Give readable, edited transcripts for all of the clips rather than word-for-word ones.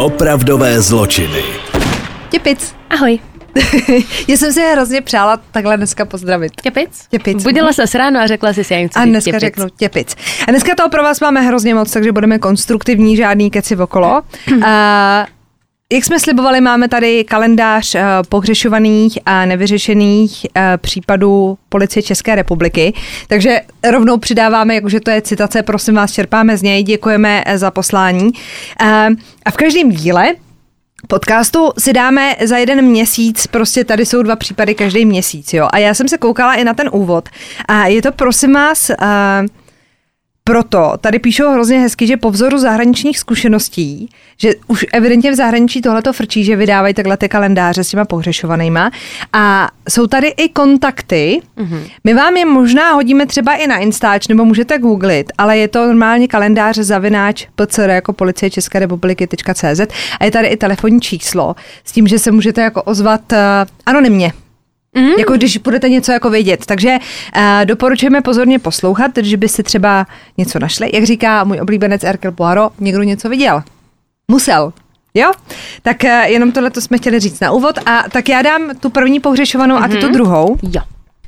Opravdové zločiny. Těpic. Ahoj. Já jsem si hrozně přála takhle dneska pozdravit. Těpic? Budila se ráno a řekla si, já jim chci a dneska těpic. řeknu těpic. A dneska toho pro vás máme hrozně moc, takže budeme konstruktivní, žádný keci okolo. Jak jsme slibovali, máme tady kalendář pohřešovaných a nevyřešených případů Policie České republiky, takže rovnou přidáváme, jakože to je citace, prosím vás, čerpáme z něj, děkujeme za poslání. A v každém díle podcastu si dáme za jeden měsíc, prostě tady jsou 2 případy každý měsíc, jo. A já jsem se koukala i na ten úvod a je to, prosím vás, proto tady píšou hrozně hezky, že po vzoru zahraničních zkušeností, že už evidentně v zahraničí tohleto frčí, že vydávají takhle ty kalendáře s těma pohřešovanýma a jsou tady i kontakty. My vám je možná hodíme třeba i na Instač, nebo můžete googlit, ale je to normálně kalendář @pcr jako policie České republiky.cz a je tady i telefonní číslo s tím, že se můžete jako ozvat anonymně. Jako když budete něco jako vědět. Takže doporučujeme pozorně poslouchat, že byste třeba něco našli. Jak říká můj oblíbenec Hercule Poirot, někdo něco viděl. Musel. Jo? Tak jenom tohleto jsme chtěli říct na úvod. A tak já dám tu první pohřešovanou a ty tu druhou. Jo.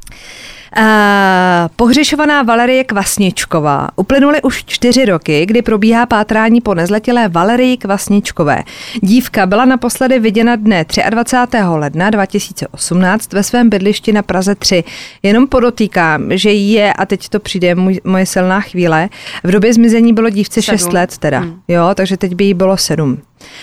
Pohřešovaná Valerie Kvasničková. Uplynuly už 4 roky, kdy probíhá pátrání po nezletilé Valerii Kvasničkové. Dívka byla naposledy viděna dne 23. ledna 2018 ve svém bydlišti na Praze 3. Jenom podotýkám, že je, a teď to přijde moje silná chvíle, v době zmizení bylo dívce 6 let teda. Jo, takže teď by jí bylo 7.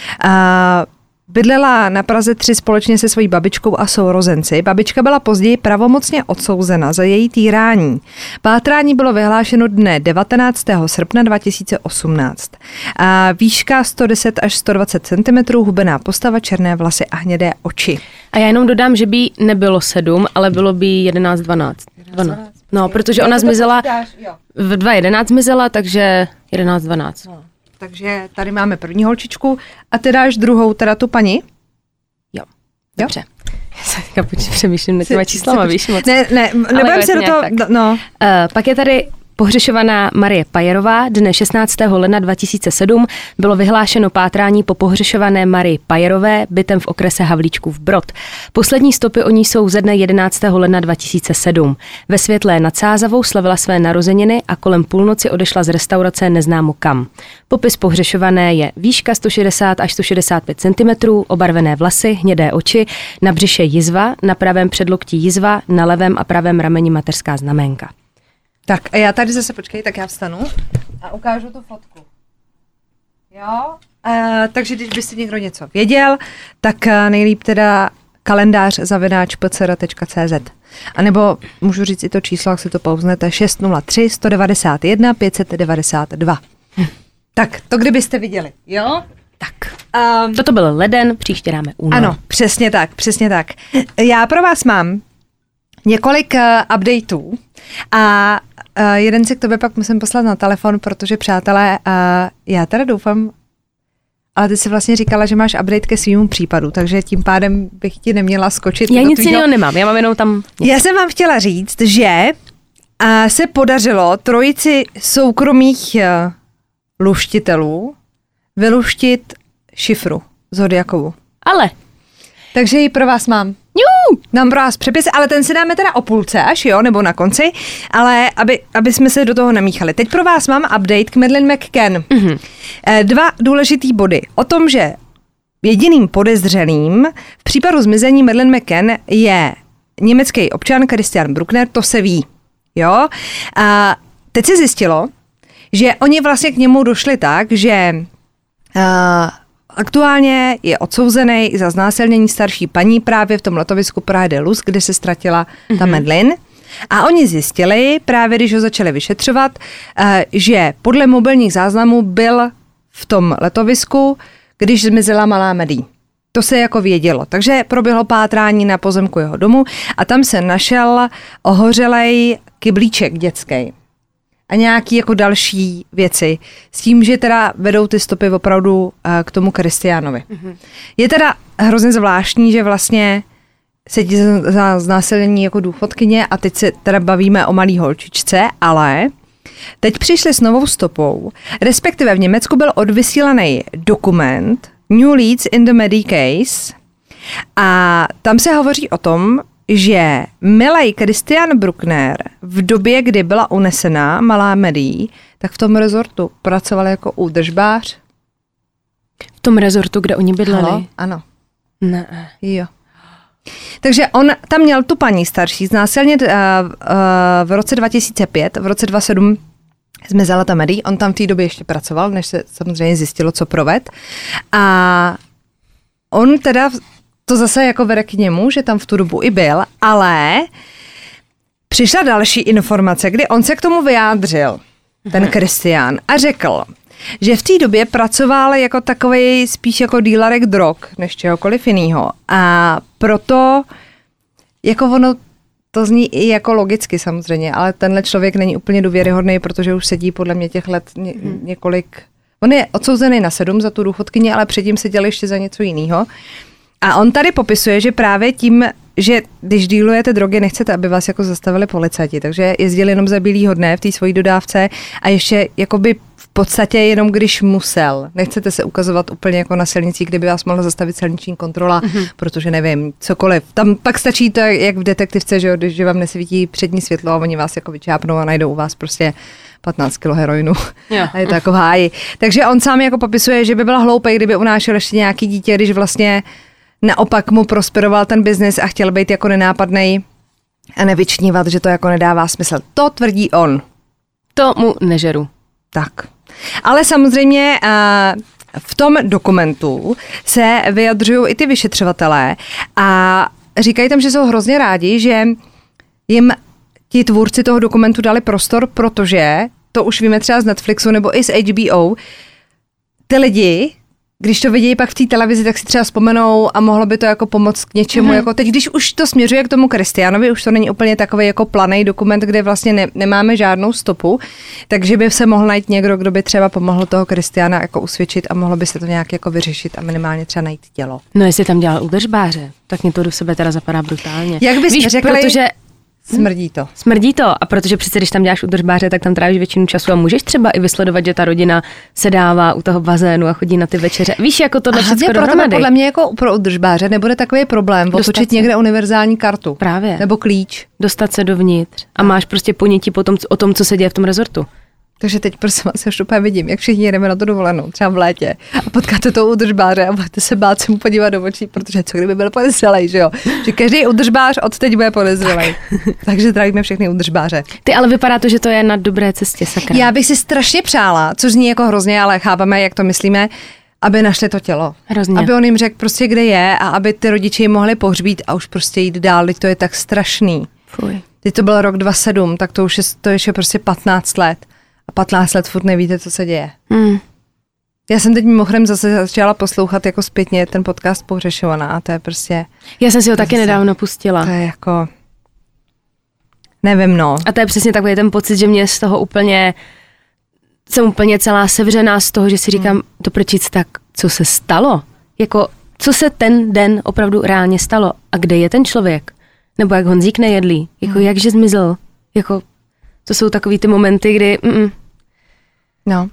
Bydlela na Praze 3 společně se svojí babičkou a sourozenci. Babička byla později pravomocně odsouzena za její týrání. Pátrání bylo vyhlášeno dne 19. srpna 2018. Výška 110 až 120 cm, hubená postava, černé vlasy a hnědé oči. A já jenom dodám, že by nebylo 7, ale bylo by 11-12. No, protože ona zmizela, v 2.11 zmizela, takže 11-12. No. Takže tady máme první holčičku a ty dáš druhou, teda tu paní? Jo. Dobře. Já přemýšlím nad těma číslama, víš moc. Ne, nebudem se do toho, no. Pak je tady pohřešovaná Marie Pajerová. Dne 16. ledna 2007 bylo vyhlášeno pátrání po pohřešované Marii Pajerové bytem v okrese Havlíčkův Brod. Poslední stopy o ní jsou ze dne 11. ledna 2007. Ve Světlé nad Sázavou slavila své narozeniny a kolem půlnoci odešla z restaurace neznámo kam. Popis pohřešované je výška 160 až 165 cm, obarvené vlasy, hnědé oči, na břiše jizva, na pravém předloktí jizva, na levém a pravém rameni mateřská znaménka. Tak a já tady zase, počkej, tak já vstanu a ukážu tu fotku. Jo? Takže když byste někdo něco věděl, tak nejlíp teda kalendář @pcr.cz. A nebo můžu říct i to číslo, jak si to pouznete, 603 191 592. Tak, to kdybyste viděli, jo? Tak. Toto byl leden, příště dáme únor. Ano, přesně tak. Já pro vás mám několik updateů a jeden si k tobě pak musím poslat na telefon, protože přátelé, já teda doufám, ale ty jsi vlastně říkala, že máš update ke svýmu případu, takže tím pádem bych ti neměla skočit. Já nic jiného nemám, já mám jenom tam něco. Já jsem vám chtěla říct, že se podařilo trojici soukromých luštitelů vyluštit šifru Zodiakovu. Ale. Takže ji pro vás mám. Dám pro vás přepis, ale ten si dáme teda o půlce až, jo, nebo na konci, ale aby jsme se do toho namíchali. Teď pro vás mám update k Madeleine McCann. 2 důležitý body. O tom, že jediným podezřelým v případu zmizení Madeleine McCann je německý občan Christian Bruckner, to se ví, jo. A teď se zjistilo, že oni vlastně k němu došli tak, že aktuálně je odsouzený za znásilnění starší paní právě v tom letovisku Praha de Luz, kde se ztratila ta Madeleine. A oni zjistili, právě když ho začali vyšetřovat, že podle mobilních záznamů byl v tom letovisku, když zmizela malá Maddie. To se jako vědělo. Takže proběhlo pátrání na pozemku jeho domu a tam se našel ohořelej kyblíček dětský. A nějaký jako další věci. S tím, že teda vedou ty stopy opravdu k tomu Kristiánovi. Je teda hrozně zvláštní, že vlastně se ti za znásilnění jako důchodkyně a teď se teda bavíme o malý holčičce, ale teď přišli s novou stopou, respektive v Německu byl odvysílaný dokument New Leads in the Maddie Case a tam se hovoří o tom, že milej Christian Bruckner v době, kdy byla unesená malá Maddie, tak v tom rezortu pracoval jako údržbář. V tom rezortu, kde oni bydleli? Halo? Ano. Ne. Jo. Takže on tam měl tu paní starší znásilnit v roce 2005, v roce 2007 zmizela ta Maddie, on tam v té době ještě pracoval, než se samozřejmě zjistilo, co proved. A on teda to zase jako vede k němu, že tam v tu dobu i byl, ale přišla další informace, kdy on se k tomu vyjádřil, ten Christian, a řekl, že v té době pracoval jako takovej spíš jako dílerek drog, než čehokoliv jinýho. A proto, jako ono, to zní i jako logicky samozřejmě, ale tenhle člověk není úplně důvěryhodný, protože už sedí podle mě těch let několik. On je odsouzený na 7 za tu důchodkyni, ale předtím seděl ještě za něco jiného. A on tady popisuje, že právě tím, že když dílujete drogy, nechcete, aby vás jako zastavili policajti, takže jezdili jenom za bílýho dne v té svojí dodávce a ještě jakoby v podstatě jenom když musel. Nechcete se ukazovat úplně jako na silnici, kde by vás mohla zastavit silniční kontrola, protože nevím, cokoliv. Tam pak stačí to, jak v detektivce, že, když vám nesvítí přední světlo a oni vás jako vyčápnou a najdou u vás prostě 15 kg heroinu. A je to jako v háji. Takže on sám jako popisuje, že by byla hloupej, kdyby unášel ještě nějaký dítě, když vlastně naopak mu prosperoval ten biznis a chtěl být jako nenápadnej a nevyčnívat, že to jako nedává smysl. To tvrdí on. To mu nežeru. Tak. Ale samozřejmě v tom dokumentu se vyjadřují i ty vyšetřovatelé a říkají tam, že jsou hrozně rádi, že jim ti tvůrci toho dokumentu dali prostor, protože to už víme třeba z Netflixu nebo i z HBO, ty lidi, když to vidí pak v té televizi, tak si třeba vzpomenou a mohlo by to jako pomoct k něčemu. Jako teď, když už to směřuje k tomu Christianovi, už to není úplně takový jako planej dokument, kde vlastně nemáme žádnou stopu, takže by se mohl najít někdo, kdo by třeba pomohl toho Christiana jako usvědčit a mohlo by se to nějak jako vyřešit a minimálně třeba najít tělo. No jestli tam dělal údržbáře, tak mě to do sebe teda zapadá brutálně. Jak bys řekli, protože smrdí to. Smrdí to a protože přece, když tam děláš údržbáře, tak tam trávíš většinu času a můžeš třeba i vysledovat, že ta rodina se dává u toho bazénu a chodí na ty večeře. Víš, jako tohle všechno dohromady. Podle mě jako pro údržbáře nebude takový problém otočit někde univerzální kartu. Právě. Nebo klíč. Dostat se dovnitř a máš prostě ponětí o tom, co se děje v tom rezortu. Takže teď prosím vás, už úplně vidím, jak všichni jedeme na tu dovolenou, třeba v létě a potkáte toho údržbáře a budete se bát se mu podívat do očí, protože co kdyby byl podezřelej, že jo? Že každý údržbář od teď bude podezřelej. Takže zdravíme všechny údržbáře. Ty ale vypadá to, že to je na dobré cestě, sakra. Já bych si strašně přála, což zní jako hrozně, ale chápeme, jak to myslíme, aby našli to tělo. Hrozně. Aby on jim řekl prostě, kde je a aby ty rodiče jim mohli pohřbít a už prostě jít dál, to je tak strašný. Fuj. Teď to byl rok 2007, tak to už je prostě 15 let. A 15 let furt nevíte, co se děje. Já jsem teď mimochodem zase začala poslouchat jako zpětně ten podcast Pohřešovaná a to je prostě... Já jsem si ho taky nedávno pustila. To je jako... Nevím, no. A to je přesně takový ten pocit, že mě z toho úplně... Jsem úplně celá sevřená z toho, že si říkám, to prčic, tak co se stalo? Jako, co se ten den opravdu reálně stalo? A kde je ten člověk? Nebo jak Honzík nejedlý? Jako, jakže zmizel? Jako... To jsou takový ty momenty, kdy... No.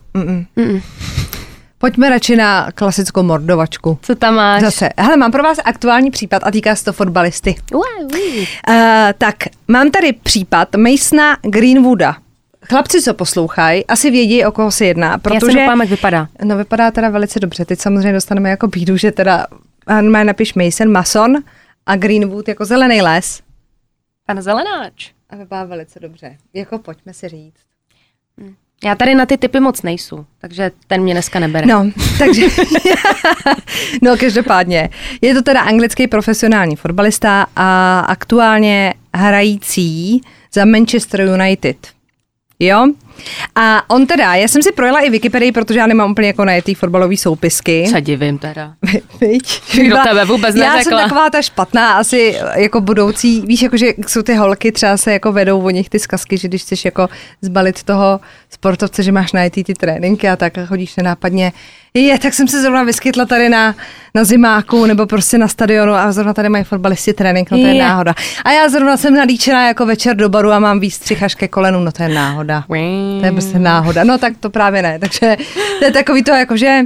Pojďme radši na klasickou mordovačku. Co tam máš? Zase. Hele, mám pro vás aktuální případ a týká se to fotbalisty. Tak, mám tady případ Masona Greenwooda. Chlapci, co poslouchají, asi vědí, o koho se jedná, protože... Já se doufám, jak vypadá. No, vypadá teda velice dobře. Teď samozřejmě dostaneme jako bídu, že teda napiš Mason a Greenwood jako zelený les. Pan Zelenáč. A vypadá velice dobře. Jako pojďme si říct. Já tady na ty typy moc nejsou, takže ten mě dneska nebere. No, takže... no, každopádně. Je to teda anglický profesionální fotbalista a aktuálně hrající za Manchester United. Jo? A on teda, já jsem si projela i Wikipedii, protože já nemám úplně jako najetý fotbalový soupisky. Se divím teda. Do tebe vůbec neřekla. Já jsem taková ta špatná, asi jako budoucí, víš, jako, že jsou ty holky, třeba se jako vedou o nich ty zkazky, že když chceš jako zbalit toho sportovce, že máš najetý ty tréninky a tak a chodíš nenápadně. Tak jsem se zrovna vyskytla tady na zimáku nebo prostě na stadionu a zrovna tady mají fotbalisti trénink, no to je náhoda. A já zrovna jsem nalíčená jako večer do baru a mám výstřih až ke kolenu, no to je náhoda. To je prostě náhoda. No tak to právě ne. Takže to je takový to jako, že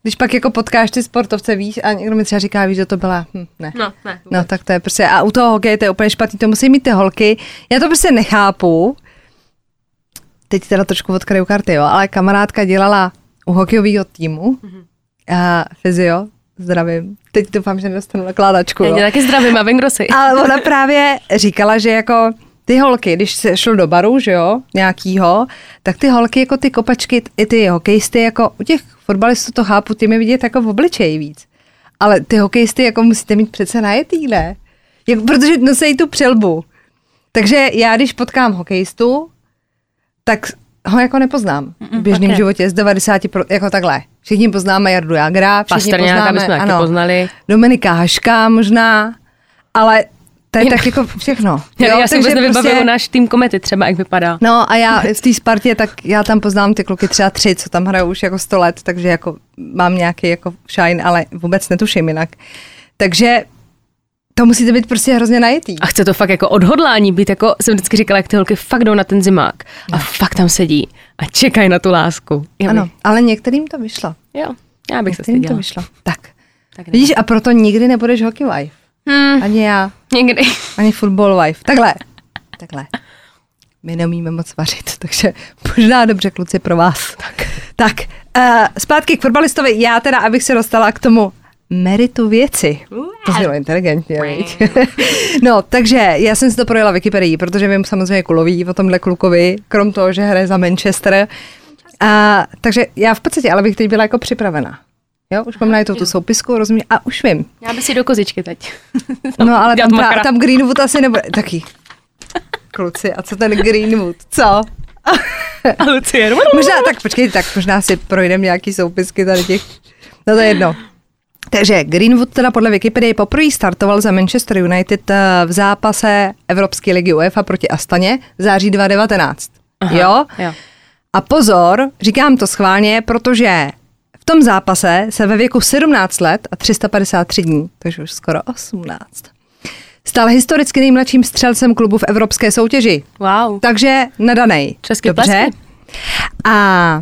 Když pak jako potkáš ty sportovce, víš, a někdo mi třeba říká, víš, že to byla, ne. No, tak to je prostě, a u toho hokeje to je úplně špatný, to musí mít ty holky. Já to prostě nechápu. Teď teda trošku odkryju karty, jo, ale kamarádka dělala u hokejového týmu a fyzio, zdravím. Teď doufám, že nedostanu nakládačku. Já tě taky zdravím, a Vengrosy. Ale ona právě říkala, že jako ty holky, když se šlo do baru, že jo, nějakýho, tak ty holky jako ty kopačky, i ty hokejisty, jako u těch fotbalistů to chápu, ty mi vidět jako v obličeji víc. Ale ty hokejisty jako musíte mít přece najetý, ne? Protože nosí tu přilbu. Takže já, když potkám hokejistu, tak ho jako nepoznám v běžném životě z 90%, jako takhle. Všichni poznáme Jardu Jágra, všichni poznáme, ano, poznali. Dominika Haška možná, ale to je tak jako všechno. Já si vůbec nevybavuju náš tým Komety třeba, jak vypadá. No a já v té Spartě, tak já tam poznám ty kluky třeba 3, co tam hrajou už jako 100 let, takže jako mám nějaký jako shine, ale vůbec netuším jinak. Takže to musíte být prostě hrozně najetý. A chce to fakt jako odhodlání být, jako jsem vždycky říkala, jak ty holky fakt jdou na ten zimák a fakt tam sedí a čekají na tu lásku. Ano, ale některým to vyšlo. Jo, já bych se styděla. to vyšlo. Tak vidíš, a proto nikdy nebudeš hockey wife. Ani já. Nikdy. Ani football wife. Takhle. My neumíme moc vařit, takže možná dobře, kluci, pro vás. Tak, zpátky k fotbalistovi. Já teda, abych se dostala k tomu meritu věci. To bylo inteligentně, viď? No, takže já jsem si to projela Wikipedii, protože vím samozřejmě kulový o tomhle klukovi, krom toho, že hraje za Manchester. Takže já v podstatě, ale bych teď byla jako připravená. Jo, už mám na tu soupisku, rozumíš? A už vím. Já bych si do kozičky teď. No, ale tam Greenwood asi nebude. Taky. Kluci, a co ten Greenwood? Co? A Lucie. Možná, tak počkej, tak možná si projdeme nějaký soupisky tady těch. No to je jedno. Takže Greenwood teda podle Wikipedie poprvé startoval za Manchester United v zápase Evropské ligy UEFA proti Astaně v září 2019. Aha, jo? A pozor, říkám to schválně, protože v tom zápase se ve věku 17 let a 353 dní, takže už skoro 18, stal historicky nejmladším střelcem klubu v evropské soutěži. Wow. Takže nadanej. Český dobře. Plesky. A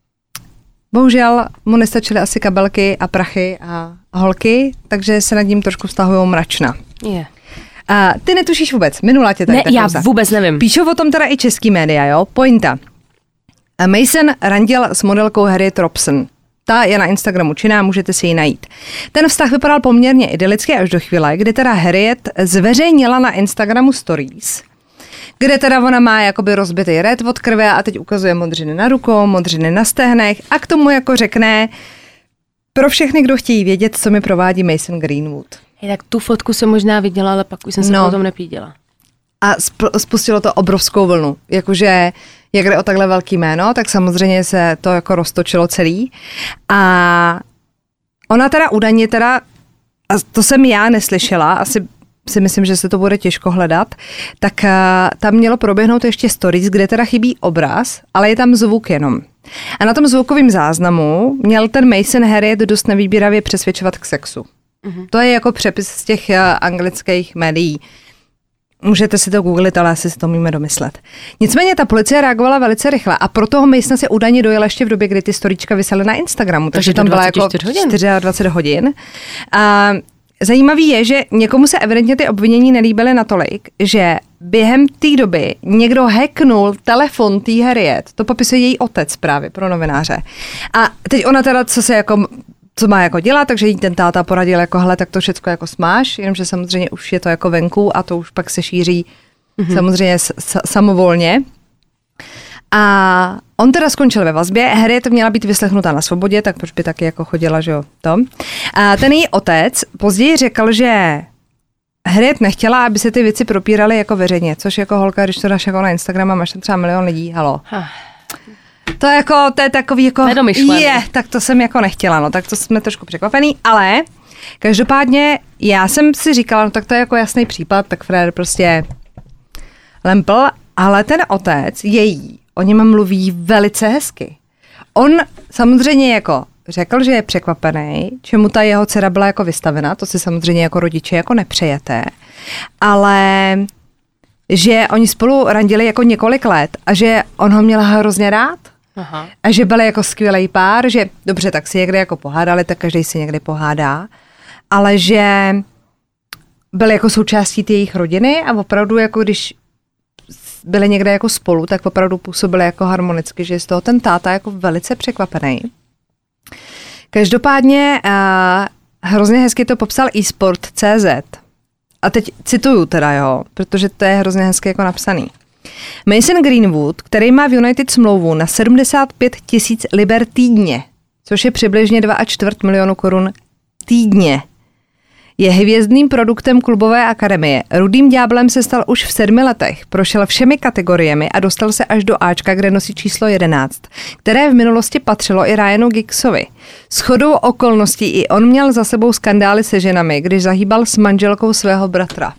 bohužel mu nestačily asi kabelky a prachy a holky, takže se nad ním trošku vztahujou mračna. Yeah. A ty netušíš vůbec, minulá tě tady. Ne, já vůbec nevím. Píšou o tom teda i český média, jo? Pointa. Mason randil s modelkou Harriet Robson. Ta je na Instagramu činná, můžete si ji najít. Ten vztah vypadal poměrně idylicky až do chvíle, kdy teda Harriet zveřejnila na Instagramu stories, kde teda ona má jakoby rozbitý red od krve a teď ukazuje modřiny na rukou, modřiny na stehnech a k tomu jako řekne pro všechny, kdo chtějí vědět, co mi provádí Mason Greenwood. Tak tu fotku jsem možná viděla, ale pak už jsem se o tom nepíděla. A spustilo to obrovskou vlnu. Jakože, jak jde o takhle velký jméno, tak samozřejmě se to jako roztočilo celý. A ona teda údajně teda, a to jsem já neslyšela, asi si myslím, že se to bude těžko hledat, tak tam mělo proběhnout ještě stories, kde teda chybí obraz, ale je tam zvuk jenom. A na tom zvukovém záznamu měl ten Mason Harriet dost nevýběravě přesvědčovat k sexu. To je jako přepis z těch anglických médií. Můžete si to googlit, ale asi si to můžeme domyslet. Nicméně ta policie reagovala velice rychle a pro toho Masona se údajně dojela ještě v době, kdy ty storíčka visely na Instagramu. Takže tam byla jako 24 hodin. A zajímavý je, že někomu se evidentně ty obvinění nelíbily natolik, že během té doby někdo hacknul telefon té Harriet. To popisuje její otec právě pro novináře. A teď ona teda, co má jako dělat, takže jí ten táta poradil jako hele, tak to všecko jako smáš, jenomže samozřejmě už je to jako venku a to už pak se šíří samozřejmě samovolně. A on teda skončil ve vazbě, Harriet měla být vyslechnutá na svobodě, tak proč by taky jako chodila, že jo, to. A ten její otec později řekl, že Harriet nechtěla, aby se ty věci propíraly jako veřejně, což jako holka, když to dáš jako na Instagram a máš tam třeba 1 milion lidí, halo. To je takový jako, tak to jsem jako nechtěla, no, tak to jsme trošku překvapený, ale každopádně já jsem si říkala, no tak to je jako jasný případ, tak Frér prostě lempl, ale ten otec, o něm mluví velice hezky. On samozřejmě jako řekl, že je překvapený, čemu ta jeho dcera byla jako vystavena, to si samozřejmě jako rodiče jako nepřejete, ale že oni spolu randili jako několik let a že on ho měl hrozně rád, Aha. A že byli jako skvělý pár, že dobře, tak si někdy jako pohádali, tak každý si někdy pohádá, ale že byli jako součástí té jejich rodiny a opravdu jako když byli někde jako spolu, tak opravdu působili jako harmonicky, že je z toho ten táta jako velice překvapený. Každopádně hrozně hezky to popsal eSport.cz. A teď cituju teda, jo, protože to je hrozně hezky jako napsaný. Mason Greenwood, který má v United smlouvu na 75 000 liber týdně, což je přibližně 2,25 milionu korun týdně, je hvězdným produktem klubové akademie. Rudým ďáblem se stal už v 7 letech, prošel všemi kategoriemi a dostal se až do Ačka, kde nosí číslo 11, které v minulosti patřilo i Ryanu Giggsovi. Shodou okolností i on měl za sebou skandály se ženami, když zahýbal s manželkou svého bratra.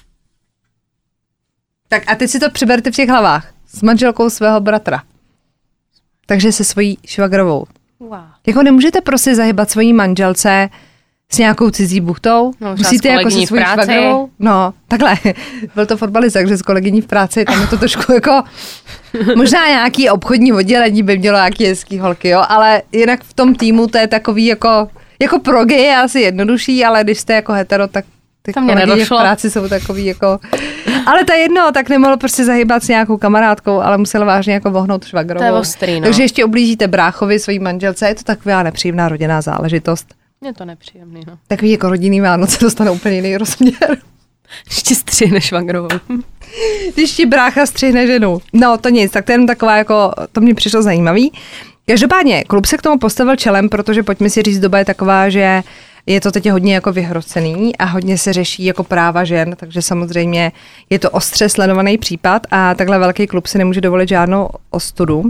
Tak a teď si to přiberte v těch hlavách. S manželkou svého bratra. Takže se svojí švagrovou. Wow. Jako nemůžete prostě zahybat svojí manželce s nějakou cizí buchtou? No, musíte jako se svojí švagrovou? No, takhle. Byl to fotbalista, takže s kolegyní v práci, tam je to trošku jako... Možná nějaký obchodní oddělení by mělo nějaký hezký holky, jo, ale jinak v tom týmu to je takový jako pro gay je asi jednodušší, ale když jste jako hetero, tak ty kolegyně v práci jsou takový jako... Ale to je jedno, tak nemohlo prostě zahybat s nějakou kamarádkou, ale musel vážně jako vohnout švagrovou. To je ostrý, no. Takže ještě ublížíte bráchovi, svojí manželce, je to taková nepříjemná rodinná záležitost. Je to nepříjemný, no. Takový jako rodinný Vánoce dostane úplně jiný rozměr. Když ti střihne švagrovou. Když ti brácha střihne ženu. No to nic, tak to je jen taková jako, to mě přišlo zajímavý. Každopádně, klub se k tomu postavil čelem, protože pojďme si říct, doba je taková, že je to teď hodně jako vyhrocený a hodně se řeší jako práva žen, takže samozřejmě je to ostře sledovaný případ a takhle velký klub si nemůže dovolit žádnou ostudu.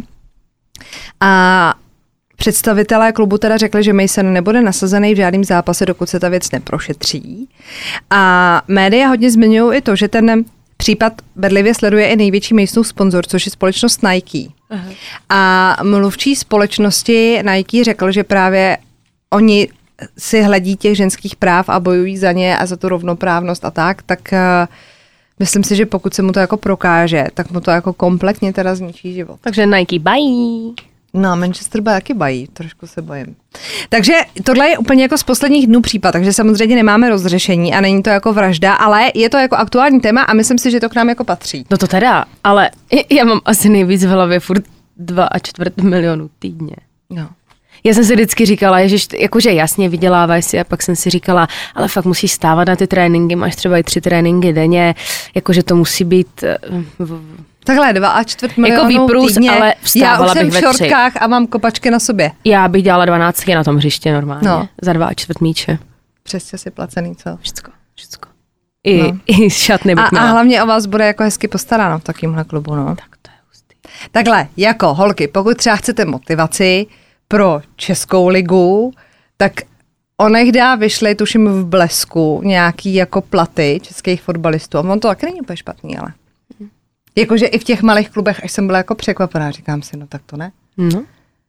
A představitelé klubu teda řekli, že Mason nebude nasazený v žádném zápase, dokud se ta věc neprošetří. A média hodně zmiňují i to, že ten případ bedlivě sleduje i největší Masonův sponzor, což je společnost Nike. Aha. A mluvčí společnosti Nike řekl, že právě oni si hledí těch ženských práv a bojují za ně a za tu rovnoprávnost a tak myslím si, že pokud se mu to jako prokáže, tak mu to jako kompletně teda zničí život. Takže Nike bye. No, Manchester by taky bají, trošku se bojím. Takže tohle je úplně jako z posledních dnů případ, takže samozřejmě nemáme rozřešení a není to jako vražda, ale je to jako aktuální téma a myslím si, že to k nám jako patří. No to teda, ale já mám asi nejvíc v hlavě furt 2,25 milionu týdně. No. Já jsem si vždycky říkala, ježiš, jakože jasně vydělávaj si a pak jsem si říkala, ale fakt musíš stávat na ty tréninky, máš třeba i 3 tréninky denně, jakože to musí být... Takhle 2,25 milionů jako výprus, týdně. ale vstávala bych ve 3. Já už jsem v šortkách a mám kopačky na sobě. Já bych dělala 12 na tom hřiště normálně, no. Za 2,25 míče. Přesně si placený, co? Všecko. I šatny bych měla. A hlavně o vás bude jako hezky postaráno v takýmhle klubu, no. Tak to je hustý. Takhle, jako holky, pokud třeba chcete motivaci pro Českou ligu, tak onehdy vyšly, tuším v Blesku, nějaký jako platy českých fotbalistů. A on to taky není úplně špatný, ale. Jakože i v těch malých klubech, až jsem byla jako překvapená, říkám si, no tak to ne. No.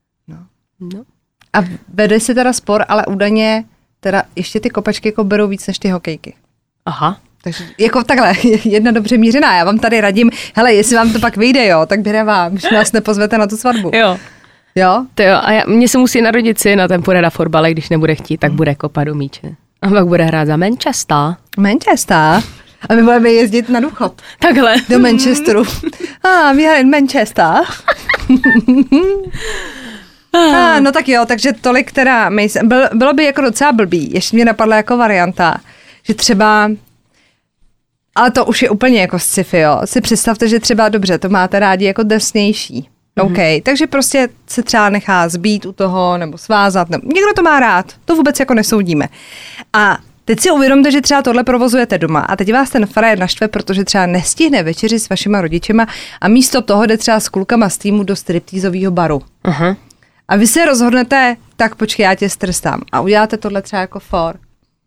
A vede se teda spor, ale údajně teda ještě ty kopačky jako berou víc než ty hokejky. Aha. Takže jako takhle, jedna dobře mířená, já vám tady radím, hele, jestli vám to pak vyjde, jo, tak běde vám, že nás nepozvete na tu svatbu. Jo. Jo? To jo, a mně se musí narodit syn a ten půjde na fotbal, když nebude chtít, tak bude kopat do míče. A pak bude hrát za Manchester. Manchester? A my budeme jezdit na důchod. Takhle. Do Manchesteru. We are in Manchester. No tak jo, takže tolik teda bylo by jako docela blbý. Ještě mě napadla jako varianta, že třeba, ale to už je úplně jako sci-fi, jo. Si představte, že třeba dobře, to máte rádi jako drsnější. OK, takže prostě se třeba nechá zbít u toho, nebo svázat, nebo někdo to má rád, to vůbec jako nesoudíme. A teď si uvědomte, že třeba tohle provozujete doma a teď vás ten frajer naštve, protože třeba nestihne večeři s vašima rodičema a místo toho jde třeba s klukama z týmu do striptýzového baru. Uh-huh. A vy se rozhodnete, tak počkej, já tě strstám a uděláte tohle třeba jako for.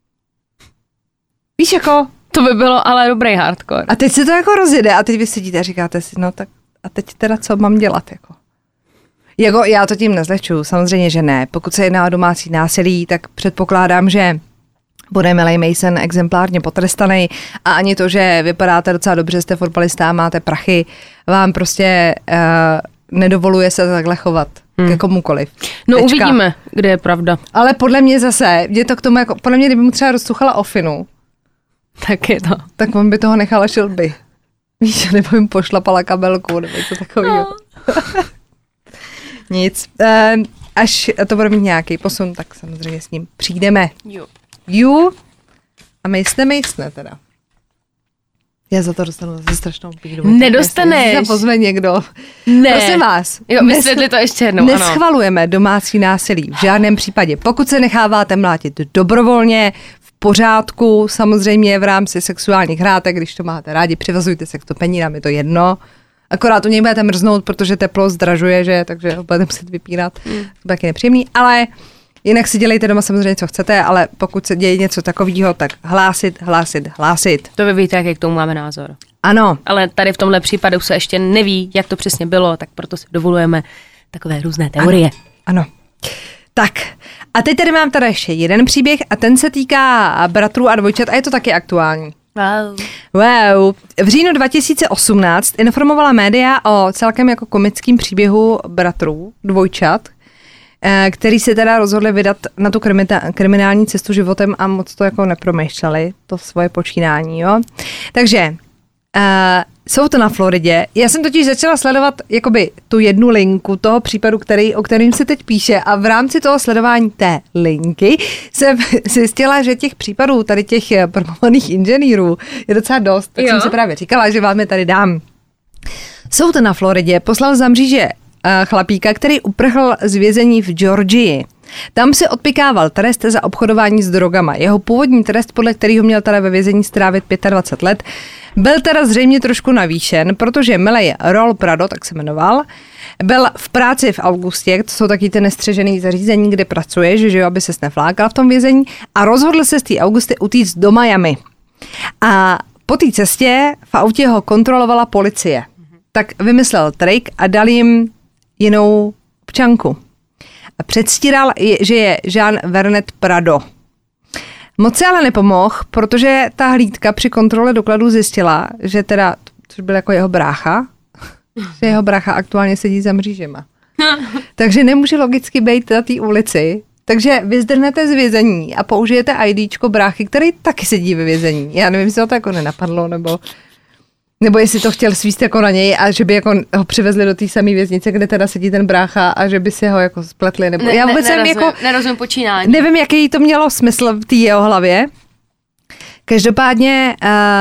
Víš jako? To by bylo ale dobrý hardcore. A teď se to jako rozjede a teď vy sedíte a říkáte si, no tak a teď teda co mám dělat jako já to tím nezlehčuju, samozřejmě, že ne. Pokud se jedná o domácí násilí, tak předpokládám, že bude milej Mason exemplárně potrestaný a ani to, že vypadáte docela dobře, jste fotbalista a máte prachy, vám prostě nedovoluje se takhle chovat ke komukoliv. No uvidíme, kde je pravda. Ale podle mě zase, je to k tomu jako, podle mě, kdyby mu třeba roztuchala ofinu, tak je to. Tak on by toho nechal a šel by. Víš, nebo jim pošlapala kabelku, nebo něco takového. No. Nic. Až to bude mít nějaký posun, tak samozřejmě s ním přijdeme. Jo. A mejsne teda. Já za to dostanu zase strašnou pídu. Nedostaneš. Se pozve někdo. Ne. Prosím vás. Jo, vysvětli to ještě jednou. Neschvalujeme domácí násilí v žádném případě. Pokud se necháváte mlátit dobrovolně, v pořádku, samozřejmě v rámci sexuálních hrátek, když to máte rádi, přivazujte se k topení, nám je to jedno. Akorát u něj budete mrznout, protože teplo zdražuje, že? Takže ho budete muset vypínat. To bude taky nepříjemný, ale jinak si dělejte doma samozřejmě, co chcete, ale pokud se děje něco takového, tak hlásit. To vy víte, jaký k tomu máme názor. Ano. Ale tady v tomhle případu se ještě neví, jak to přesně bylo, tak proto si dovolujeme takové různé teorie. Ano. Tak, a teď tady mám teda ještě jeden příběh a ten se týká bratrů a dvojčat a je to taky aktuální. Wow. V říjnu 2018 informovala média o celkem jako komickým příběhu bratrů, dvojčat, který se teda rozhodli vydat na tu kriminální cestu životem a moc to jako nepromýšleli, to svoje počínání, jo. Takže jsou to na Floridě. Já jsem totiž začala sledovat jakoby tu jednu linku toho případu, o kterým se teď píše a v rámci toho sledování té linky jsem zjistila, že těch případů tady těch promovaných inženýrů je docela dost. Tak jsem si právě říkala, že vám je tady dám. Soud na Floridě poslal za mříže chlapíka, který uprchl z vězení v Georgii. Tam si odpikával trest za obchodování s drogama. Jeho původní trest, podle kterého měl teda ve vězení strávit 25 let, byl teda zřejmě trošku navýšen, protože milej Roll Prado, tak se jmenoval, byl v práci v Augustě, to jsou taky ty nestřežený zařízení, kde pracuje, že jo, aby se neflákal v tom vězení a rozhodl se z té Augusty utíct do Miami. A po té cestě v autě ho kontrolovala policie. Tak vymyslel trik a dal jim jinou občanku. A předstíral, že je Jean Vernet Prado. Moc se ale nepomohl, protože ta hlídka při kontrole dokladů zjistila, že teda, což byl jako jeho brácha, že jeho brácha aktuálně sedí za mřížema. Takže nemůže logicky být na té ulici. Takže vy zdrhnete z vězení a použijete IDčko bráchy, který taky sedí ve vězení. Já nevím, jestli to jako nenapadlo, nebo jestli to chtěl svíst jako na něj a že by jako ho přivezli do té samé věznice, kde teda sedí ten brácha a že by si ho jako spletli. Nebo já vůbec nerozumím počínání. Nevím, jaký to mělo smysl v té jeho hlavě. Každopádně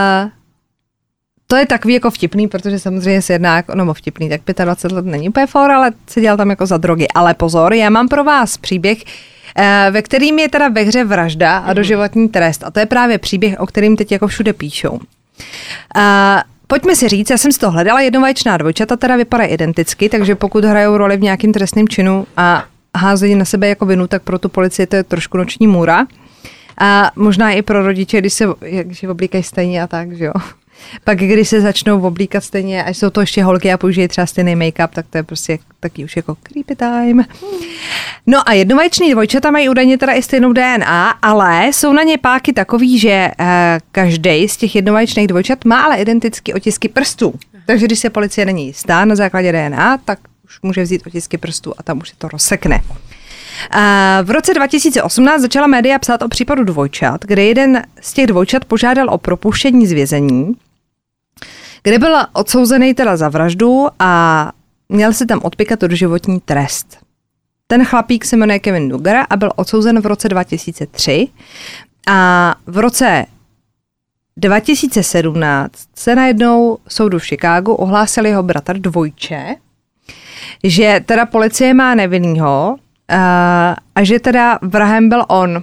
to je takový jako vtipný, protože samozřejmě se jedná jako, no vtipný, tak 25 let není úplně for, ale seděl tam jako za drogy. Ale pozor, já mám pro vás příběh, ve kterým je teda ve hře vražda a doživotní trest. A to je právě příběh, o kterým teď jako všude píšou. Pojďme si říct, já jsem si to hledala, jednovaječná dvojčata teda vypadají identicky, takže pokud hrajou roli v nějakým trestném činu a házejí na sebe jako vinu, tak pro tu policii to je trošku noční můra. A možná i pro rodiče, když se oblíkají stejně a tak, že jo. Pak když se začnou oblíkat stejně, až jsou to ještě holky a použijí třeba stejný make-up, tak to je prostě taky už jako creepy time. No a jednovaječný dvojčata mají údajně teda i stejnou DNA, ale jsou na ně páky takový, že každý z těch jednovaječných dvojčat má ale identické otisky prstů. Takže když se policie není jistá na základě DNA, tak už může vzít otisky prstů a tam už se to rozsekne. V roce 2018 začala média psát o případu dvojčat, kde jeden z těch dvojčat požádal o propuštění z vězení, kde byl odsouzený teda za vraždu a měl se tam odpikat doživotní trest. Ten chlapík se jmenuje Kevin Duggar a byl odsouzen v roce 2003 a v roce 2017 se najednou soudu v Chicagu ohlásil jeho bratr dvojče, že teda policie má nevinnýho a že teda vrahem byl on.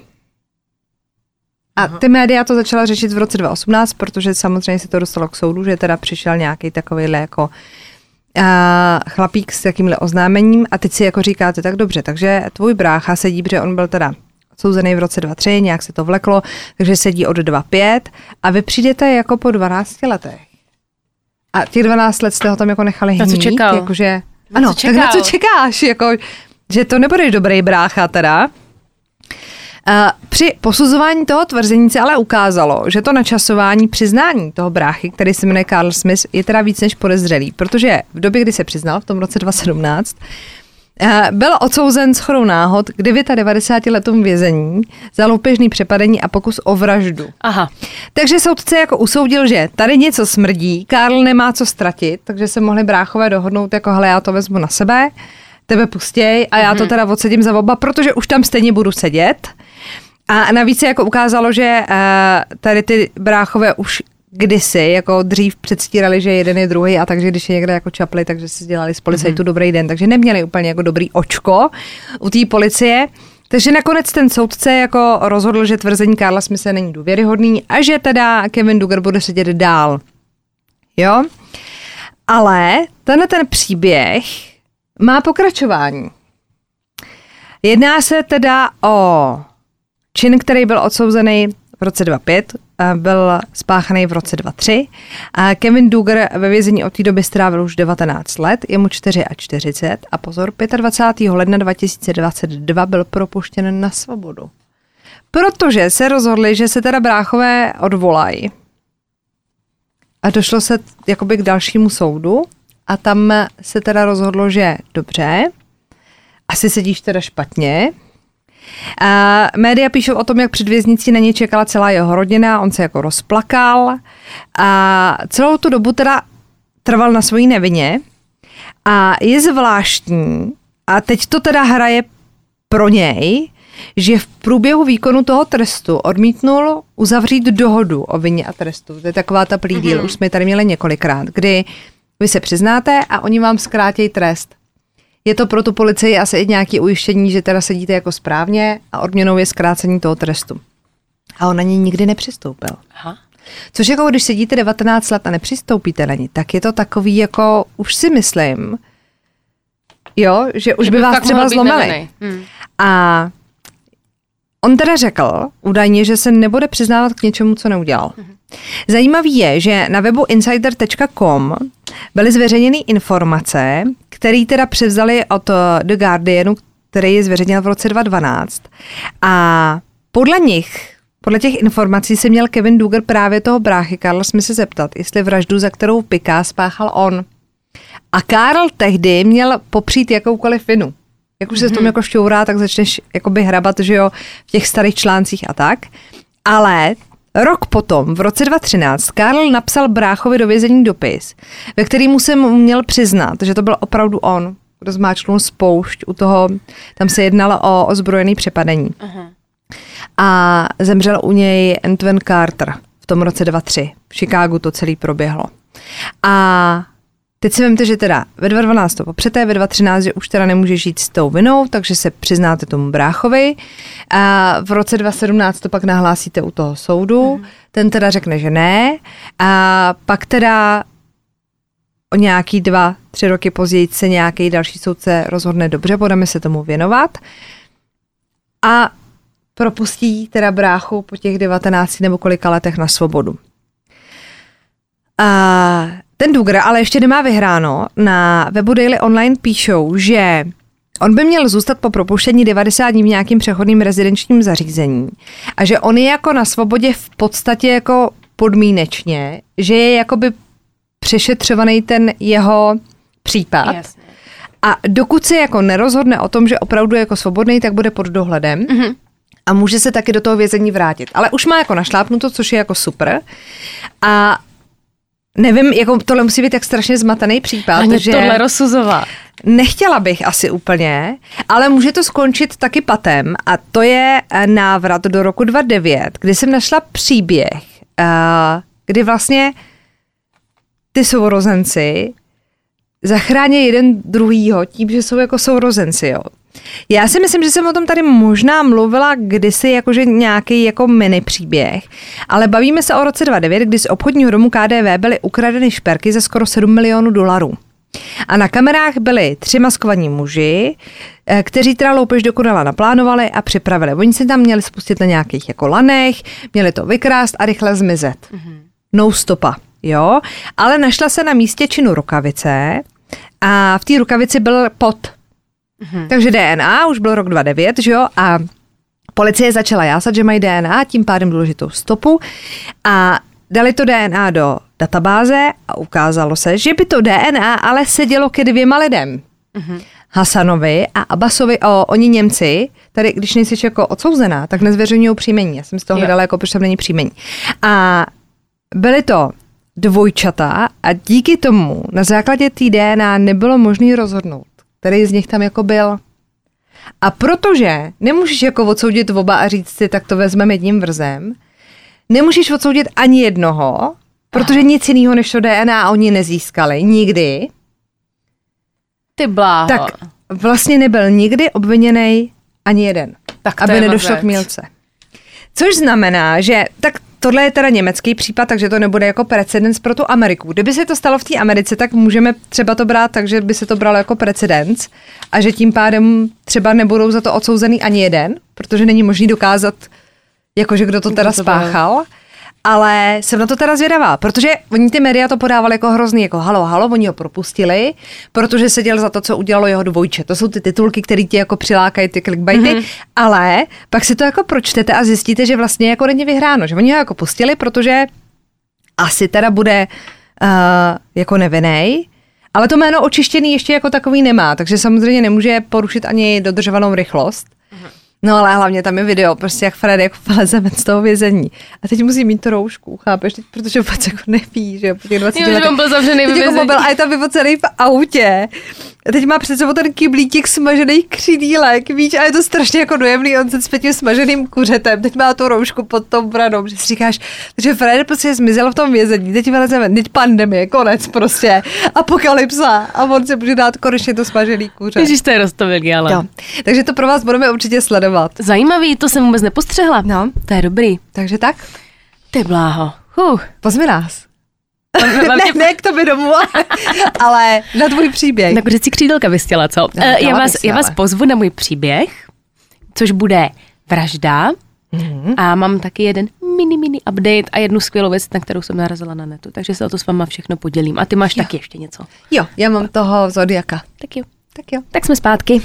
A ty média to začala řešit v roce 2018, protože samozřejmě se to dostalo k soudu, že teda přišel nějaký takovýhle jako chlapík s takýmhle oznámením a teď si jako říkáte, tak dobře, takže tvůj brácha sedí, protože on byl teda odsouzený v roce 2003, nějak se to vleklo, takže sedí od 2,5 a vy přijdete jako po 12 letech. A těch 12 let jste ho tam jako nechali hnít, jakože ano, tak na co čekáš, jako, že to nebude dobrý brácha teda. Při posuzování toho tvrzení se ale ukázalo, že to načasování přiznání toho bráchy, který se jmenuje Carl Smith, je teda víc než podezřelý, protože v době, kdy se přiznal, v tom roce 2017, byl odsouzen shodou náhod k 99 letům vězení za loupežný přepadení a pokus o vraždu. Aha. Takže soudce jako usoudil, že tady něco smrdí, Karl nemá co ztratit, takže se mohli bráchové dohodnout jako hele, já to vezmu na sebe, tebe pustěj a já to teda odsedím za oba, protože už tam stejně budu sedět. A navíc se jako ukázalo, že tady ty bráchové už kdysi, jako dřív předstírali, že jeden je druhý a takže když je někde jako čapli, takže si dělali z policajtu dobrý den, takže neměli úplně jako dobrý očko u té policie. Takže nakonec ten soudce jako rozhodl, že tvrzení Karla Smithe není důvěryhodný a že teda Kevin Duggar bude sedět dál. Jo? Ale ten příběh má pokračování. Jedná se teda o čin, který byl odsouzený v roce 2005, byl spáchaný v roce 2003. Kevin Duggar ve vězení od té doby strávil už 19 let, je mu 44 a pozor, 25. ledna 2022 byl propuštěn na svobodu. Protože se rozhodli, že se teda bráchové odvolají. A došlo se jakoby k dalšímu soudu a tam se teda rozhodlo, že dobře, asi sedíš teda špatně. Média píšou o tom, jak před věznicí na něj čekala celá jeho rodina, on se jako rozplakal a celou tu dobu teda trval na svojí nevině a je zvláštní a teď to teda hraje pro něj, že v průběhu výkonu toho trestu odmítnul uzavřít dohodu o vině a trestu. To je taková ta plea deal, už jsme tady měli několikrát, kdy vy se přiznáte a oni vám zkrátí trest. Je to pro tu policii asi i nějaké ujištění, že teda sedíte jako správně a odměnou je zkrácení toho trestu. A on na něj nikdy nepřistoupil. Aha. Což jako když sedíte 19 let a nepřistoupíte na ní, tak je to takový jako, už si myslím, jo, že už by vás třeba zlomili. A on teda řekl údajně, že se nebude přiznávat k něčemu, co neudělal. Zajímavý je, že na webu insider.com byly zveřejněny informace, které teda převzali od The Guardianu, který je zveřejnil v roce 2012. A podle těch informací se měl Kevin Duggar právě toho bráchy Karla Smithe zeptat, jestli vraždu, za kterou piká, spáchal on. A Karl tehdy měl popřít jakoukoliv vinu. Jak už se v tom jako šťourá, tak začneš jakoby hrabat, že jo, v těch starých článcích a tak. Ale rok potom, v roce 2013, Karl napsal bráchovi do vězení dopis, ve kterému se mu měl přiznat, že to byl opravdu on, kdo zmáčknul spoušť u toho, tam se jednalo o ozbrojený přepadení. Aha. A zemřel u něj Antoine Carter v tom roce 2003. V Chicagu to celý proběhlo. A teď si vemte, že teda ve 2012 to popřete, ve 2013, že už teda nemůže žít s tou vinou, takže se přiznáte tomu bráchovi. A v roce 2017 to pak nahlásíte u toho soudu, ten teda řekne, že ne. A pak teda o nějaký 2-3 roky později se nějaký další soudce rozhodne, dobře, budeme se tomu věnovat. A propustí teda bráchu po těch 19 nebo kolika letech na svobodu. A ten Duggar ale ještě nemá vyhráno. Na webu Daily Online píšou, že on by měl zůstat po propuštění 90 dní v nějakým přechodným rezidenčním zařízení a že on je jako na svobodě v podstatě jako podmínečně, že je jakoby přešetřovaný ten jeho případ. Jasně. A dokud se jako nerozhodne o tom, že opravdu je jako svobodný, tak bude pod dohledem. A může se taky do toho vězení vrátit. Ale už má jako našlápnuto, což je jako super. A nevím, jako tohle musí být tak strašně zmatený případ, Ani že tohle rozsuzovat. Nechtěla bych asi úplně, ale může to skončit taky patem a to je návrat do roku 2009, kdy jsem našla příběh, kdy vlastně ty sourozenci zachrání jeden druhýho tím, že jsou jako sourozenci, jo. Já si myslím, že jsem o tom tady možná mluvila kdysi jakože nějaký jako mini příběh, ale bavíme se o roce 2009, kdy z obchodního domu KDV byly ukradeny šperky za skoro $7 milionů. A na kamerách byli 3 maskovaní muži, kteří teda loupež dokonale naplánovali a připravili. Oni se tam měli spustit na nějakých jako lanech, měli to vykrást a rychle zmizet. No stopa, jo. Ale našla se na místě činu rukavice a v té rukavici byl pot. Takže DNA, už byl rok 2009, že jo, a Policie začala jásat, že mají DNA, tím pádem důležitou stopu a dali to DNA do databáze a ukázalo se, že by to DNA ale sedělo ke 2 lidem. Hasanovi a Abbasovi, oni Němci, tady když nejsi jako odsouzená, tak nezveřejňují příjmení. Já jsem z toho hledala, jako proč tam není příjmení. A byly to dvojčata a díky tomu na základě té DNA nebylo možné rozhodnout, který z nich tam jako byl. A protože nemůžeš jako odsoudit oba a říct si, tak to vezmeme jedním vrzem, nemůžeš odsoudit ani jednoho, protože nic jiného než to DNA oni nezískali nikdy. Ty bláho. Tak vlastně nebyl nikdy obviněný ani jeden, tak aby nedošlo k mýlce. Což znamená, že tak tohle je teda německý případ, takže to nebude jako precedens pro tu Ameriku. Kdyby se to stalo v té Americe, tak můžeme třeba to brát tak, že by se to bralo jako precedens a že tím pádem třeba nebudou za to odsouzený ani jeden, protože není možný dokázat, jakože kdo to teda spáchal. Ale jsem na to teda zvědavá, protože oni ty média to podávali jako hrozný, jako halo, oni ho propustili, protože seděl za to, co udělalo jeho dvojče. To jsou ty titulky, které ti jako přilákají ty clickbaity, ale pak si to jako pročtete a zjistíte, že vlastně jako není vyhráno, že oni ho jako pustili, protože asi teda bude jako nevinnej, ale to jméno očištěný ještě jako takový nemá, takže samozřejmě nemůže porušit ani dodržovanou rychlost. No ale hlavně tam je video, prostě jak Fred jako vleze ven z toho vězení. A teď musí mít to roušku, chápeš? Teď, protože vůbec jako neví, že jo, po těch 20 letech. On byl zavřený ve vězení. A je tam vyfocený v autě. A teď má před sebou ten kyblíček smažený křidílek, víš, a je to strašně jako dojemný, on se s tím smaženým kuřetem, teď má tu roušku pod tou branou, že si říkáš, že Fred prostě zmizel v tom vězení, teď vyleze ven, teď pandemie, konec prostě, apokalypsa a on se může dát konečně to smažený kuře. Ježíš, to je roztomilý, ale. Jo. Takže to pro vás budeme určitě sledovat. Zajímavý, to jsem vůbec nepostřehla. No. To je dobrý. Takže tak? Ty bláho. Pozvi nás. Ne k tobě domů, ale na tvůj příběh. Tak si křídelka vystěla, co? No, já vás pozvu na můj příběh, což bude vražda a mám taky jeden mini update a jednu skvělou věc, na kterou jsem narazila na netu, takže se o to s váma všechno podělím. A ty máš taky ještě něco. Jo, já mám toho Zodiaka. Tak jo. Tak jsme zpátky.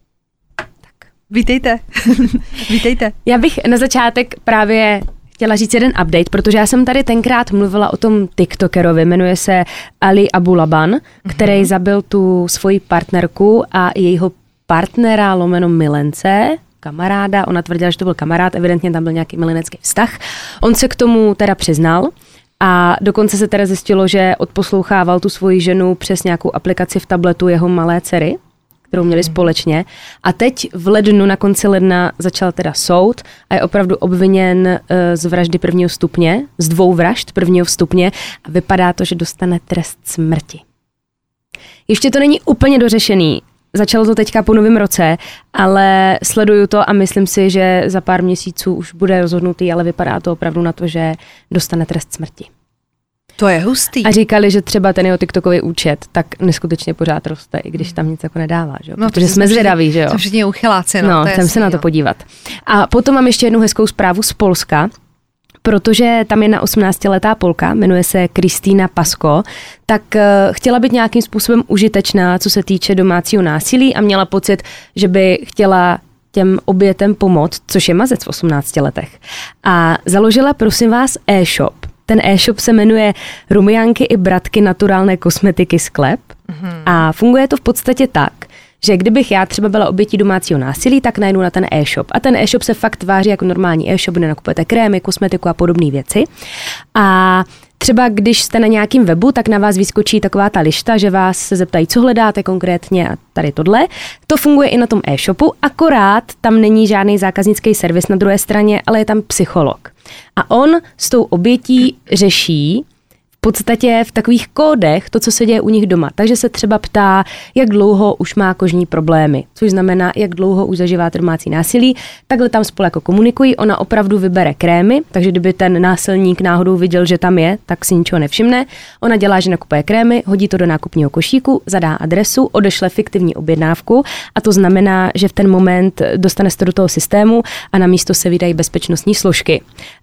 Vítejte. Vítejte. Já bych na začátek právě chtěla říct jeden update, protože já jsem tady tenkrát mluvila o tom TikTokerovi, jmenuje se Ali Abulaban, který zabil tu svoji partnerku a jejího partnera lomeno milence, kamaráda, ona tvrdila, že to byl kamarád, evidentně tam byl nějaký milenecký vztah. On se k tomu teda přiznal a dokonce se teda zjistilo, že odposlouchával tu svoji ženu přes nějakou aplikaci v tabletu jeho malé dcery, kterou měli společně. A teď v lednu, na konci ledna, začal teda soud a je opravdu obviněn z vraždy 1. stupně, z 2 vražd 1. stupně a vypadá to, že dostane trest smrti. Ještě to není úplně dořešený. Začalo to teďka po novém roce, ale sleduju to a myslím si, že za pár měsíců už bude rozhodnutý, ale vypadá to opravdu na to, že dostane trest smrti. To je hustý. A říkali, že třeba ten jeho TikTokový účet tak neskutečně pořád roste, i když tam nic jako nedává, že jo? No, protože jsme zvědaví, že jo? Jsem všichni uchyláci, no chcem se na to podívat. A potom mám ještě jednu hezkou zprávu z Polska, protože tam jedna 18letá Polka, jmenuje se Kristýna Pasko, tak chtěla být nějakým způsobem užitečná, co se týče domácího násilí a měla pocit, že by chtěla těm obětem pomoct, což je mazec v 18 letech. A založila, prosím vás, e-shop. Ten e-shop se jmenuje Rumiánky i bratky naturálné kosmetiky sklep a funguje to v podstatě tak, že kdybych já třeba byla obětí domácího násilí, tak najdu na ten e-shop. A ten e-shop se fakt tváří jako normální e-shop, kde nakupujete krémy, kosmetiku a podobné věci. A třeba když jste na nějakým webu, tak na vás vyskočí taková ta lišta, že vás se zeptají, co hledáte konkrétně a tady tohle. To funguje i na tom e-shopu, akorát tam není žádný zákaznický servis na druhé straně, ale je tam psycholog. A on s tou obětí řeší v podstatě v takových kódech to, co se děje u nich doma. Takže se třeba ptá, jak dlouho už má kožní problémy, což znamená, jak dlouho už zažívá domácí násilí. Takhle tam spolu jako komunikují, ona opravdu vybere krémy, takže kdyby ten násilník náhodou viděl, že tam je, tak si ničeho nevšimne. Ona dělá, že nakupuje krémy, hodí to do nákupního košíku, zadá adresu, odešle fiktivní objednávku a to znamená, že v ten moment dostane se to do toho systému a na místo se vydají bezpečnostní složky.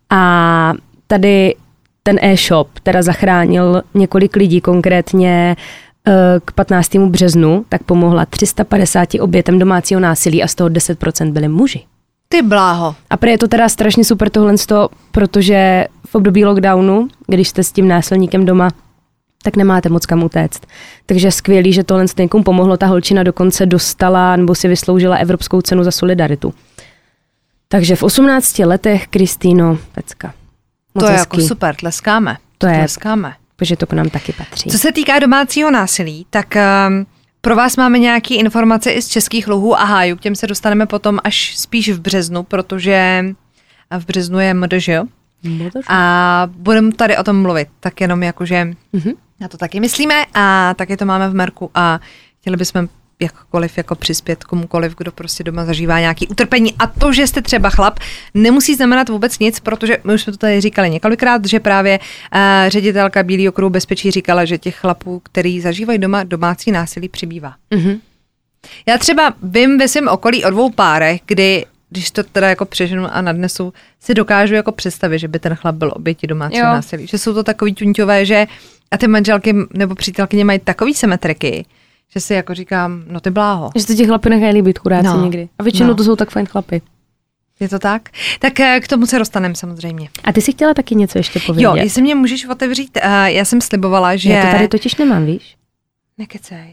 A tady ten e-shop teda zachránil několik lidí, konkrétně k 15. březnu, tak pomohla 350 obětem domácího násilí a z toho 10% byli muži. Ty bláho. A prý je to teda strašně super tohle, protože v období lockdownu, když jste s tím násilníkem doma, tak nemáte moc kam utéct. Takže skvělý, že tohle někomu pomohlo. Ta holčina dokonce dostala nebo si vysloužila Evropskou cenu za solidaritu. Takže v 18 letech Kristýno, pecka. Moc to je hezký. Jako super, tleskáme. Tleskáme. Protože to k nám taky patří. Co se týká domácího násilí, tak pro vás máme nějaké informace i z Českých luhů a hájů. K těm se dostaneme potom až spíš v březnu, protože v březnu je MDŽ. A budeme tady o tom mluvit, tak jenom jakože na to taky myslíme a taky to máme v merku a chtěli bychom jakkoliv jako přispět komukoliv, kdo prostě doma zažívá nějaký utrpení. A to, že jste třeba chlap, nemusí znamenat vůbec nic, protože my už jsme to tady říkali několikrát, že právě ředitelka Bílého kruhu bezpečí říkala, že těch chlapů, který zažívají doma domácí násilí, přibývá. Já třeba vím ve svém okolí o 2 párech, kdy když to teda jako přeženu a nadnesu, si dokážu jako představit, že by ten chlap byl obětí domácího násilí. Že jsou to takový ťuňťové, že a ty manželky nebo přítelkyně mají takový symetriky, že si jako říkám, no ty bláho. Že to ti chlapi nechají líbit chudáci někdy. A většinou to jsou tak fajn chlapy. Je to tak? Tak k tomu se dostaneme samozřejmě. A ty jsi chtěla taky něco ještě povědět? Jo, jestli mě můžeš otevřít, já jsem slibovala, že... Já to tady totiž nemám, víš? Nekecej.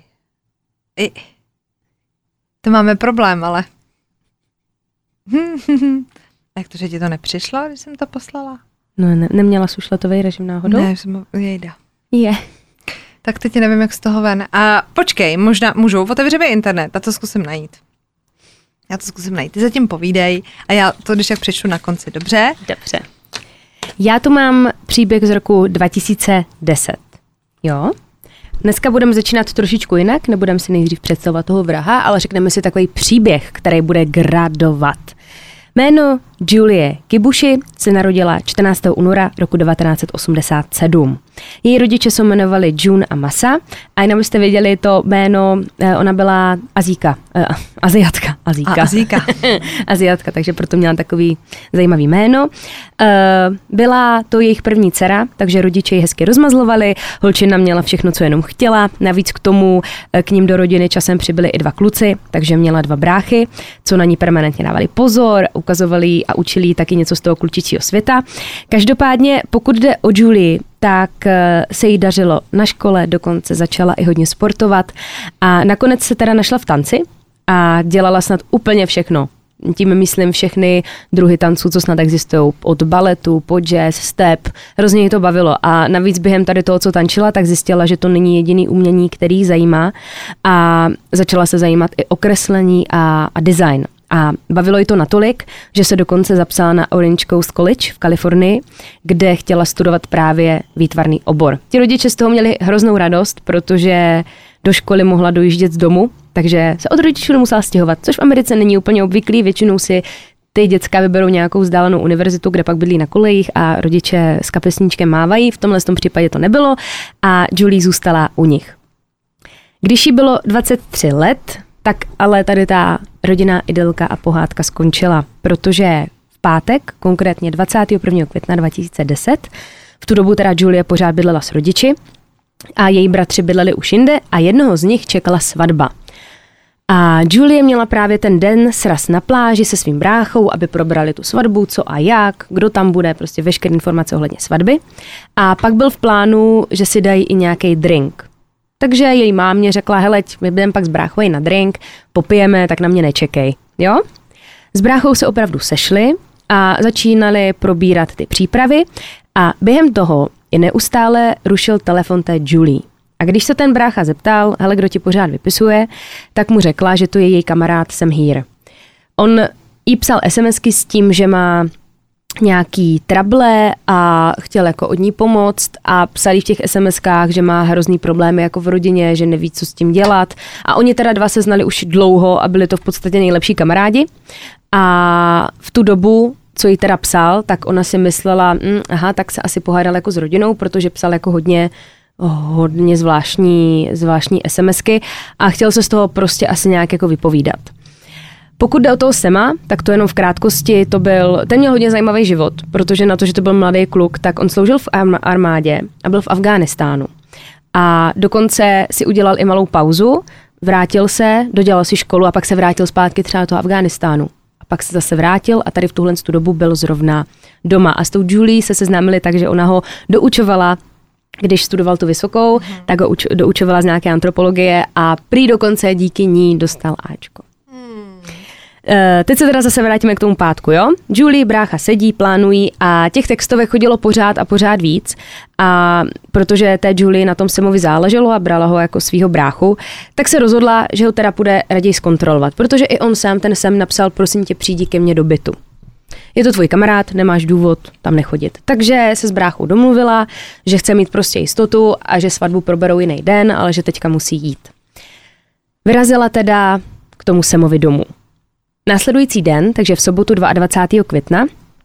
To máme problém, ale... Jak to, že ti to nepřišlo, když jsem to poslala? No, neměla jsi už letový režim náhodou? Ne, jsem jejda. Je. Tak teď nevím, jak z toho ven. A počkej, možná můžu, otevřeme internet a to zkusím najít. Já to zkusím najít. Ty zatím povídej a já to když tak přečtu na konci, dobře? Dobře. Já tu mám příběh z roku 2010. Jo? Dneska budeme začínat trošičku jinak, nebudeme si nejdřív představovat toho vraha, ale řekneme si takový příběh, který bude gradovat. Jméno Julie Kibushi se narodila 14. února roku 1987. Její rodiče se jmenovali June a Masa a jenom byste věděli to jméno, ona byla Aziatka, takže proto měla takový zajímavý jméno. Byla to jejich první dcera, takže rodiče ji hezky rozmazlovali, holčina měla všechno, co jenom chtěla, navíc k tomu k ním do rodiny časem přibyli i 2 kluci, takže měla 2 bráchy, co na ní permanentně dávali pozor, ukazovali jí a učili jí taky něco z toho klučičího světa. Každopádně, pokud jde o Julie, tak se jí dařilo na škole, dokonce začala i hodně sportovat a nakonec se teda našla v tanci a dělala snad úplně všechno. Tím myslím všechny druhy tanců, co snad existují, od baletu, po jazz, step, hrozně jí to bavilo a navíc během tady toho, co tančila, tak zjistila, že to není jediný umění, který jí zajímá a začala se zajímat i o kreslení a design. A bavilo jí to natolik, že se dokonce zapsala na Orange Coast College v Kalifornii, kde chtěla studovat právě výtvarný obor. Ti rodiče z toho měli hroznou radost, protože do školy mohla dojíždět z domu, takže se od rodičů nemusela stěhovat, což v Americe není úplně obvyklý, většinou si ty děcka vyberou nějakou vzdálenou univerzitu, kde pak bydlí na kolejích a rodiče s kapesníčkem mávají, v tomhle případě to nebylo a Julie zůstala u nich. Když jí bylo 23 let, tak ale tady ta rodinná idylka a pohádka skončila, protože v pátek, konkrétně 21. května 2010, v tu dobu teda Julie pořád bydlela s rodiči a její bratři bydleli už jinde a jednoho z nich čekala svatba. A Julie měla právě ten den sraz na pláži se svým bráchou, aby probrali tu svatbu, co a jak, kdo tam bude, prostě veškeré informace ohledně svatby. A pak byl v plánu, že si dají i nějaký drink. Takže její mámě řekla, hele, my budeme pak s bráchou na drink, popijeme, tak na mě nečekej, jo? S bráchou se opravdu sešli a začínali probírat ty přípravy a během toho i neustále rušil telefon té Julie. A když se ten brácha zeptal, hele, kdo ti pořád vypisuje, tak mu řekla, že to je její kamarád Sam Here. On jí psal SMSky s tím, že má nějaký trable a chtěl jako od ní pomoct a psali v těch SMSkách, že má hrozný problémy jako v rodině, že neví, co s tím dělat. A oni teda 2 se znali už dlouho a byli to v podstatě nejlepší kamarádi. A v tu dobu, co jí teda psal, tak ona si myslela, tak se asi pohádal jako s rodinou, protože psal jako hodně zvláštní SMSky a chtěl se z toho prostě asi nějak jako vypovídat. Pokud jde o toho Sema, tak to jenom v krátkosti, ten měl hodně zajímavý život, protože na to, že to byl mladý kluk, tak on sloužil v armádě a byl v Afghánistánu. A dokonce si udělal i malou pauzu, vrátil se, dodělal si školu a pak se vrátil zpátky třeba do toho Afghánistánu. A pak se zase vrátil a tady v tuhle dobu byl zrovna doma. A s tou Julie se seznámili tak, že ona ho doučovala, když studoval tu vysokou, tak ho doučovala z nějaké antropologie a prý dokonce díky ní dostal Ačko. Teď se teda zase vrátíme k tomu pátku, jo? Julie, brácha sedí, plánují a těch textovek chodilo pořád a pořád víc. A protože té Julie na tom Samovi záleželo a brala ho jako svýho bráchu, tak se rozhodla, že ho teda půjde raději zkontrolovat, protože i on sám ten Sam napsal, prosím tě, přijdi ke mně do bytu. Je to tvůj kamarád, nemáš důvod tam nechodit. Takže se s bráchou domluvila, že chce mít prostě jistotu a že svatbu proberou jiný den, ale že teďka musí jít. Vyrazila teda k tomu Samovi domů. Následující den, takže v sobotu 22. května,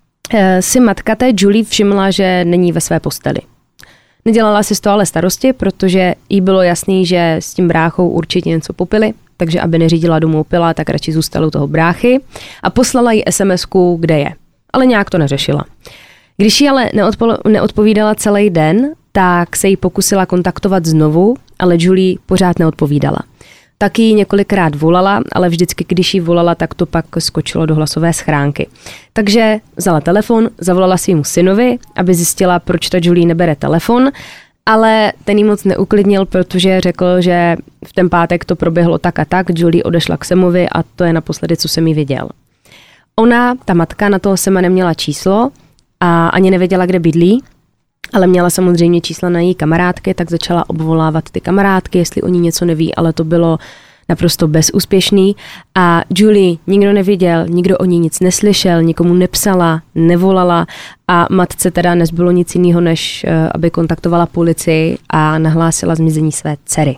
si matka té Julie všimla, že není ve své posteli. Nedělala si z toho ale starosti, protože jí bylo jasný, že s tím bráchou určitě něco popili, takže aby neřídila domů opila, tak radši zůstala u toho bráchy a poslala jí SMS-ku, kde je. Ale nějak to neřešila. Když jí ale neodpovídala celý den, tak se jí pokusila kontaktovat znovu, ale Julie pořád neodpovídala. Taky ji několikrát volala, ale vždycky, když jí volala, tak to pak skočilo do hlasové schránky. Takže vzala telefon, zavolala svýmu synovi, aby zjistila, proč ta Julie nebere telefon, ale ten jí moc neuklidnil, protože řekl, že v ten pátek to proběhlo tak a tak, Julie odešla k Samovi a to je naposledy, co jsem jí viděl. Ona, ta matka, na toho Sama neměla číslo a ani nevěděla, kde bydlí, ale měla samozřejmě čísla na její kamarádky, tak začala obvolávat ty kamarádky, jestli o ní něco neví, ale to bylo naprosto bezúspěšný. A Julie nikdo neviděl, nikdo o ní nic neslyšel, nikomu nepsala, nevolala a matce teda nezbylo nic jiného, než aby kontaktovala policii a nahlásila zmizení své dcery.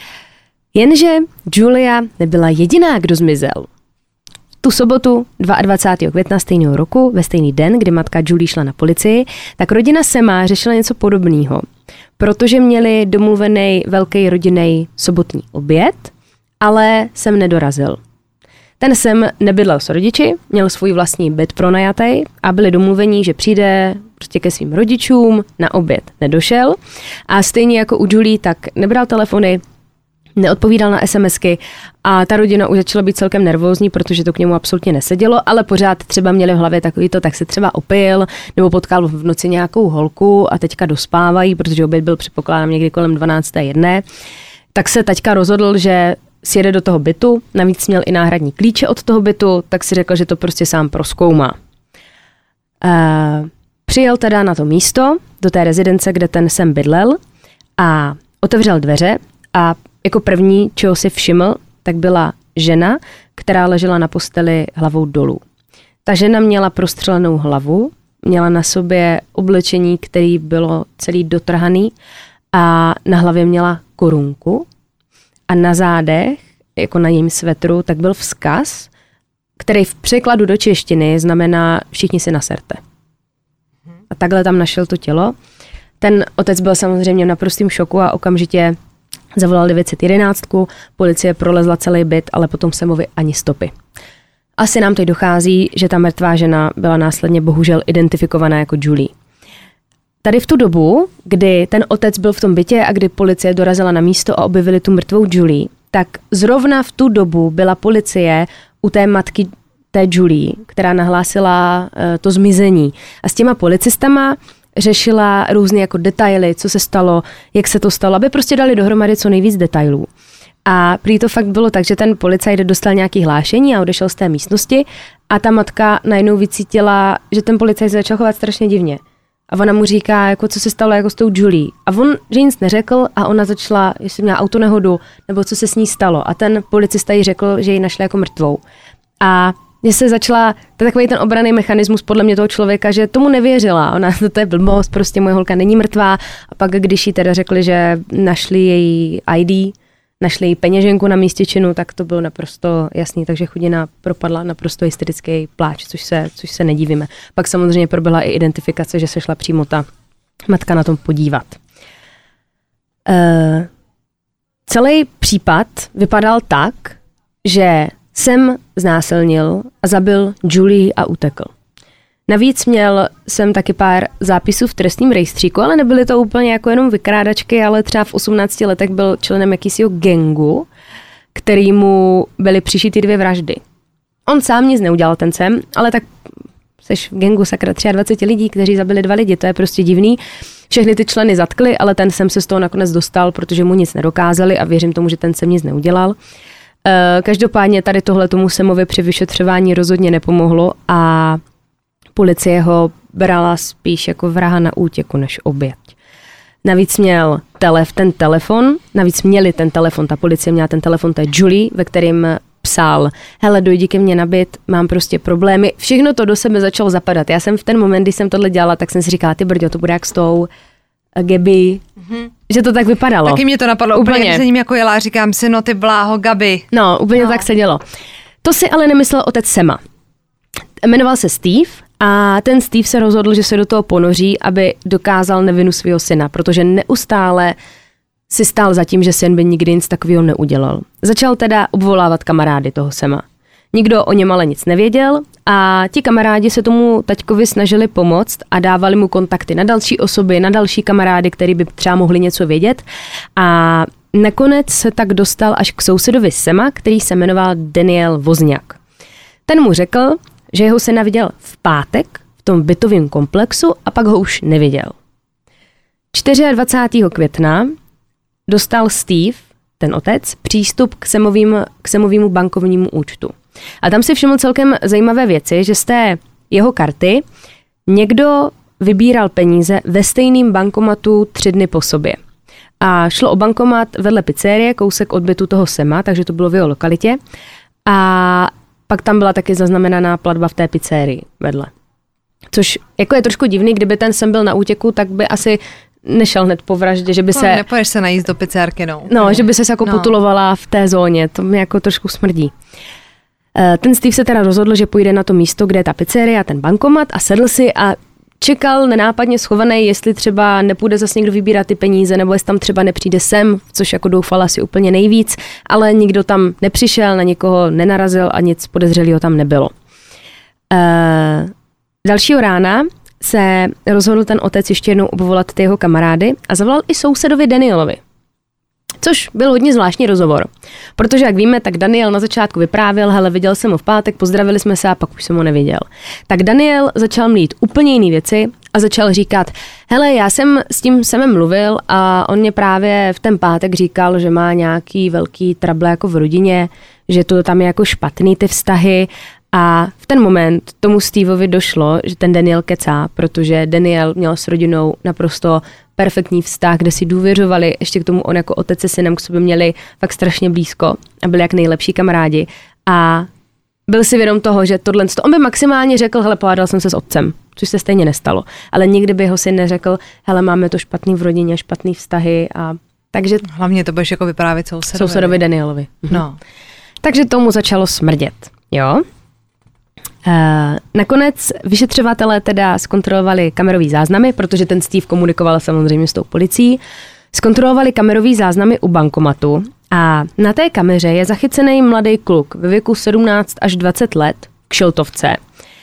Jenže Julia nebyla jediná, kdo zmizel. Tu sobotu 22. května stejného roku, ve stejný den, kdy matka Julie šla na policii, tak rodina Sama řešila něco podobného, protože měli domluvený velký rodinný sobotní oběd, ale Sam nedorazil. Ten Sam nebydlel s rodiči, měl svůj vlastní byt pronajatý a byli domluvení, že přijde prostě ke svým rodičům, na oběd nedošel a stejně jako u Julie, tak nebral telefony, neodpovídal na SMSky a ta rodina už začala být celkem nervózní, protože to k němu absolutně nesedělo, ale pořád třeba měli v hlavě takovýto, tak se třeba opil nebo potkal v noci nějakou holku a teďka dospávají, protože oběd byl předpokládám někdy kolem 12:01. Tak se taťka rozhodl, že sjede do toho bytu, navíc měl i náhradní klíče od toho bytu, tak si řekl, že to prostě sám prozkoumá. Přijel teda na to místo, do té rezidence, kde ten Sam bydlel a otevřel dveře a jako první, čeho si všiml, tak byla žena, která ležela na posteli hlavou dolů. Ta žena měla prostřelenou hlavu, měla na sobě oblečení, který bylo celý dotrhaný a na hlavě měla korunku a na zádech, jako na jejím svetru, tak byl vzkaz, který v překladu do češtiny znamená všichni si naserte. A takhle tam našel to tělo. Ten otec byl samozřejmě v naprostém šoku a okamžitě zavolal 911, policie prolezla celý byt, ale potom Samovi ani stopy. Asi nám teď dochází, že ta mrtvá žena byla následně bohužel identifikovaná jako Julie. Tady v tu dobu, kdy ten otec byl v tom bytě a kdy policie dorazila na místo a objevili tu mrtvou Julie, tak zrovna v tu dobu byla policie u té matky té Julie, která nahlásila to zmizení. A s těma policistama řešila různé jako detaily, co se stalo, jak se to stalo, aby prostě dali dohromady co nejvíc detailů. A prý to fakt bylo tak, že ten policajt dostal nějaké hlášení a odešel z té místnosti a ta matka najednou vycítila, že ten policajt se začal chovat strašně divně. A ona mu říká, jako co se stalo jako s tou Julie. A on, že nic neřekl a ona začala, jestli měla autonehodu, nebo co se s ní stalo. A ten policista jí řekl, že ji našli jako mrtvou. A mně se začala, to je takový ten obranný mechanismus podle mě toho člověka, že tomu nevěřila. Ona, to je blbost, prostě moje holka není mrtvá. A pak, když jí teda řekli, že našli její ID, našli její peněženku na místě činu, tak to bylo naprosto jasný, takže chudina propadla naprosto hysterický pláč, což se nedívíme. Pak samozřejmě proběhla i identifikace, že se šla přímo ta matka na tom podívat. Celý případ vypadal tak, že Sam znásilnil a zabil Julie a utekl. Navíc měl jsem taky pár zápisů v trestním rejstříku, ale nebyly to úplně jako jenom vykrádačky, ale třeba v 18 letech byl členem jakýsiho gangu, kterýmu byly přišity 2 vraždy. On sám nic neudělal, ten Sam, ale tak seš v gangu sakra 23 lidí, kteří zabili 2 lidi, to je prostě divný. Všechny ty členy zatkli, ale ten Sam se z toho nakonec dostal, protože mu nic nedokázali a věřím tomu, že ten Sam nic neudělal. Každopádně tady tohle tomu Samovi při vyšetřování rozhodně nepomohlo a policie ho brala spíš jako vraha na útěku než oběť. Navíc měli ten telefon, ta policie měla ten telefon té Julie, ve kterým psal, hele, dojdi ke mně na byt, mám prostě problémy. Všechno to do sebe začalo zapadat. Já jsem v ten moment, kdy jsem tohle dělala, tak jsem si říkala, ty brďo, to bude jak s tou Gabi, že to tak vypadalo. Taky mě to napadlo úplně, když za ním jako jela a říkám si, no ty bláho, Gabi. No, úplně tak se dělo. To si ale nemyslel otec Sama. Jmenoval se Steve a ten Steve se rozhodl, že se do toho ponoří, aby dokázal nevinu svého syna, protože neustále si stál za tím, že syn by nikdy nic takového neudělal. Začal teda obvolávat kamarády toho Sama. Nikdo o něm ale nic nevěděl a ti kamarádi se tomu taťkovi snažili pomoct a dávali mu kontakty na další osoby, na další kamarády, který by třeba mohli něco vědět. A nakonec se tak dostal až k sousedovi Sama, který se jmenoval Daniel Wozniak. Ten mu řekl, že jeho syna viděl v pátek v tom bytovém komplexu a pak ho už neviděl. 24. května dostal Steve, ten otec, přístup k Samovému bankovnímu účtu. A tam si všiml celkem zajímavé věci, že z té jeho karty někdo vybíral peníze ve stejném bankomatu 3 dny po sobě. A šlo o bankomat vedle pizzerie, kousek od bytu toho Sama, takže to bylo v jeho lokalitě. A pak tam byla taky zaznamenaná platba v té pizzerii vedle. Což jako je trošku divný, kdyby ten Sam byl na útěku, tak by asi nešel hned po vraždě, že by se... Nepoješ se najíst do pizzerky, no. No, že by se jako potulovala v té zóně, to mi jako trošku smrdí. Ten Steve se teda rozhodl, že půjde na to místo, kde je ta pizzeria a ten bankomat a sedl si a čekal nenápadně schovaný, jestli třeba nepůjde zase někdo vybírat ty peníze, nebo jestli tam třeba nepřijde Sam, což jako doufala si úplně nejvíc, ale nikdo tam nepřišel, na nikoho nenarazil a nic podezřelého tam nebylo. Dalšího rána se rozhodl ten otec ještě jednou obvolat ty jeho kamarády a zavolal i sousedovi Danielovi. Což byl hodně zvláštní rozhovor, protože jak víme, tak Daniel na začátku vyprávěl, hele, viděl jsem ho v pátek, pozdravili jsme se a pak už jsem ho neviděl. Tak Daniel začal mlít úplně jiné věci a začal říkat, hele, já jsem s tím Samem mluvil a on mě právě v ten pátek říkal, že má nějaký velký trable jako v rodině, že to tam je jako špatný ty vztahy. A v ten moment tomu Steveovi došlo, že ten Daniel kecá, protože Daniel měl s rodinou naprosto perfektní vztah, kde si důvěřovali, ještě k tomu on jako otec se synem k sobě měli fakt strašně blízko a byli jak nejlepší kamarádi. A byl si vědom toho, že tohle, on by maximálně řekl, hele, pohádal jsem se s otcem, což se stejně nestalo. Ale nikdy by jeho syn neřekl, hele, máme to špatný v rodině, špatný vztahy a takže... Hlavně to budeš jako vyprávět sousedovi Danielovi. No. Takže tomu začalo smrdět, jo? Nakonec vyšetřovatelé teda zkontrolovali kamerový záznamy, protože ten Steve komunikoval samozřejmě s tou policií. Zkontrolovali kamerový záznamy u bankomatu a na té kameře je zachycený mladý kluk ve věku 17 až 20 let, kšiltovce,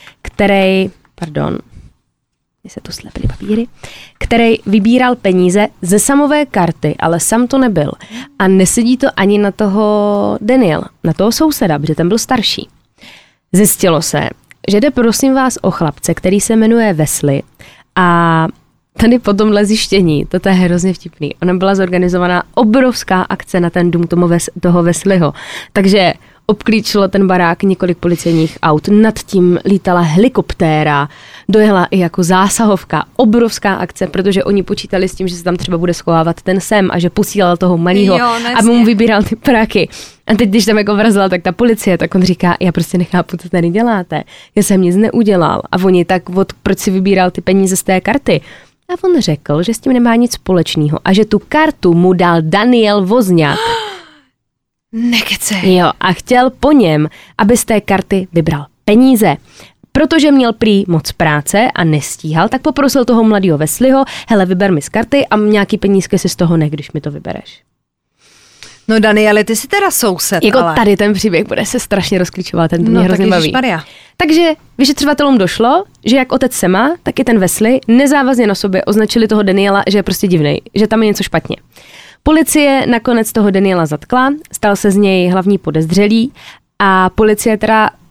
který vybíral peníze ze Samové karty, ale Sam to nebyl. A nesedí to ani na toho Daniela, na toho souseda, protože ten byl starší. Zjistilo se, že jde prosím vás o chlapce, který se jmenuje Wesley a tady po tomhle zjištění, to je hrozně vtipný, ona byla zorganizovaná obrovská akce na ten dům toho Wesleyho, takže obklíčilo ten barák několik policejních aut, nad tím lítala helikoptéra, dojela i jako zásahovka, obrovská akce, protože oni počítali s tím, že se tam třeba bude schovávat ten Sam a že posílal toho malýho, aby mu vybíral ty praky. A teď, když tam jako vrazila tak ta policie, tak on říká, já prostě nechápu, co tady děláte. Já jsem nic neudělal. A oni tak, proč si vybíral ty peníze z té karty? A on řekl, že s tím nemá nic společného a že tu kartu mu dal Daniel Wozniak. Nekecej. Jo, a chtěl po něm, aby z té karty vybral peníze. Protože měl prý moc práce a nestíhal, tak poprosil toho mladého Wesleyho, hele, vyber mi z karty a nějaký penízky si z toho ne, když mi to vybereš. No Danieli, ty jsi teda soused, jako ale... tady ten příběh bude se strašně rozklíčovat, ten mě hrozně baví. Takže vyšetřovatelům došlo, že jak otec Sama, tak i ten Wesley nezávazně na sobě označili toho Daniela, že je prostě divnej, že tam je něco špatně. Policie nakonec toho Daniela zatkla, stal se z něj hlavní podezřelý a policie teda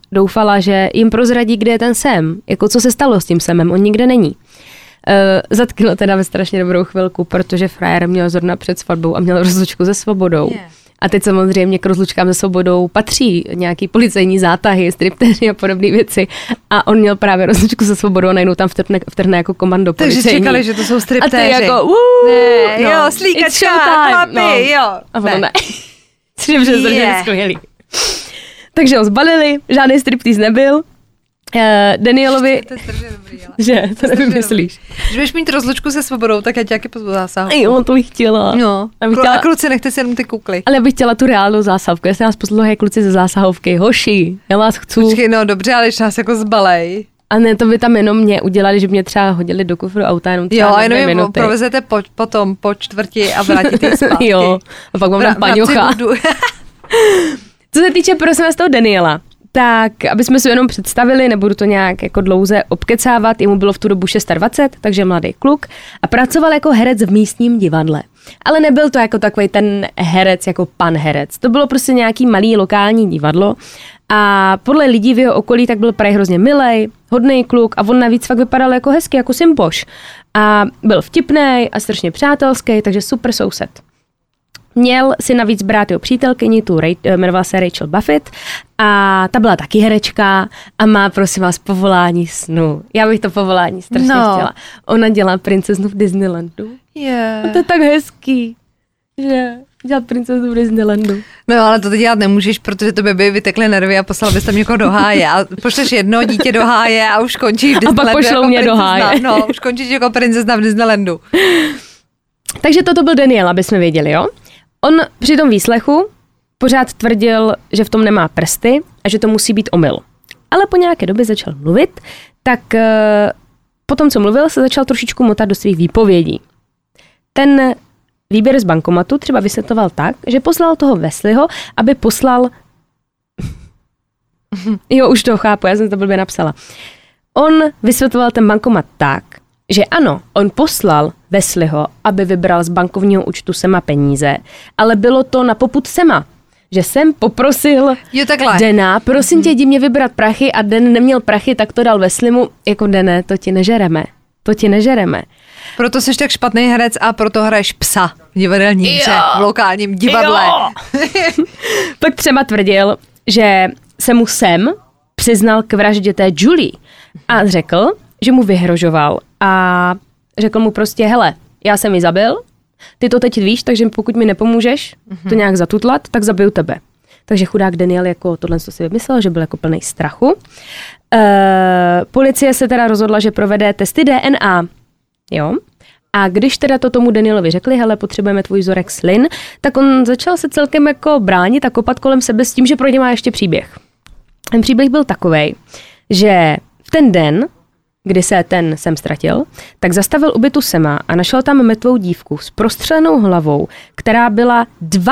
doufala, že jim prozradí, kde je ten Sam. Jako co se stalo s tím Samem, on nikde není. Zatklo teda ve strašně dobrou chvilku, protože frajer měl zrovna před svatbou a měl rozlučku se svobodou. Yeah. A teď samozřejmě k rozlučkám se svobodou patří nějaký policejní zátahy, striptéři a podobné věci. A on měl právě rozlučku se svobodou a najednou tam vtrhne jako komando policejní. Takže čekali, že to jsou striptéři. A ty jako, ne, jo, slíkačka, chlapi, jo. A ono ne. Což je skvělý. Takže ho zbalili, žádný striptease nebyl. Danielovi... To je strašně dobrý, ale... Že? To nevymyslíš. Když budeš mít rozlučku se svobodou, tak já tě jaký pozvu zásahovku. Jo, to bych chtěla. No. A kluci, nechte si jenom ty kukly. Ale já bych chtěla tu reálnou zásahovku. Já se nás poslouchají kluci ze zásahovky. Hoši, já vás chci. Počkej, no dobře, ale když nás jako zbalej. A ne, to by tam jenom mě udělali, že mě třeba hodili do kufru auta jenom třeba jo, jenom minuty. Provezete potom po čtvrti a vrátíte zpátky. Jo, a pak mám tam paňocha. Co se týče, prosím vás, toho Daniela, tak aby jsme si jenom představili, nebudu to nějak jako dlouze obkecávat, jemu bylo v tu dobu 26, takže mladý kluk a pracoval jako herec v místním divadle. Ale nebyl to jako takový ten herec, jako pan herec. To bylo prostě nějaký malý lokální divadlo a podle lidí v jeho okolí tak byl prej hrozně milej, hodnej kluk a on navíc fakt vypadal jako hezky, jako symboš. A byl vtipnej a strašně přátelský, takže super soused. Měl si navíc brát jeho přítelkyni, jmenovala se Rachel Buffett a ta byla taky herečka a má, prosím vás, povolání snu. Já bych to povolání strašně chtěla. Ona dělá princeznu v Disneylandu. Yeah. A to je tak hezký, že dělat princeznu v Disneylandu. No ale to ty dělat nemůžeš, protože to by vytekly nervy a poslal bys tam někoho do háje a pošleš jedno dítě do háje a už končíš v Disneylandu. A pak pošlou jako mě do háje. No, už končíš jako princezna v Disneylandu. Takže toto byl Daniel, aby jsme věděli, jo? On při tom výslechu pořád tvrdil, že v tom nemá prsty a že to musí být omyl. Ale po nějaké době začal mluvit, tak potom, co mluvil, se začal trošičku motat do svých výpovědí. Ten výběr z bankomatu třeba vysvětloval tak, že poslal toho Wesleyho, aby poslal... Jo, už to chápu, já jsem to blbě napsala. On vysvětloval ten bankomat tak, že ano, on poslal Wesleyho, aby vybral z bankovního účtu Sama peníze, ale bylo to na popud Sama. Že jsem poprosil Dana, prosím tě, jdi mě vybrat prachy a Den neměl prachy, tak to dal Wesleymu, jako Dane, to ti nežereme. Proto jsi tak špatný herec a proto hraješ psa v divadelní hře, v lokálním divadle. Pak třeba tvrdil, že se mu Sam přiznal k vraždě té Julie a řekl, že mu vyhrožoval a řekl mu prostě, hele, já jsem ji zabil, ty to teď víš, takže pokud mi nepomůžeš to nějak zatutlat, tak zabiju tebe. Takže chudák Daniel jako tohle si vymyslel, že byl jako plný strachu. Policie se teda rozhodla, že provede testy DNA. Jo? A když teda to tomu Danielovi řekli, hele, potřebujeme tvůj vzorek slin, tak on začal se celkem jako bránit a kopat kolem sebe s tím, že pro ně má ještě příběh. Ten příběh byl takovej, že v ten den, kdy se ten Sam ztratil, tak zastavil u bytu Sama a našel tam mrtvou dívku s prostřelenou hlavou, která byla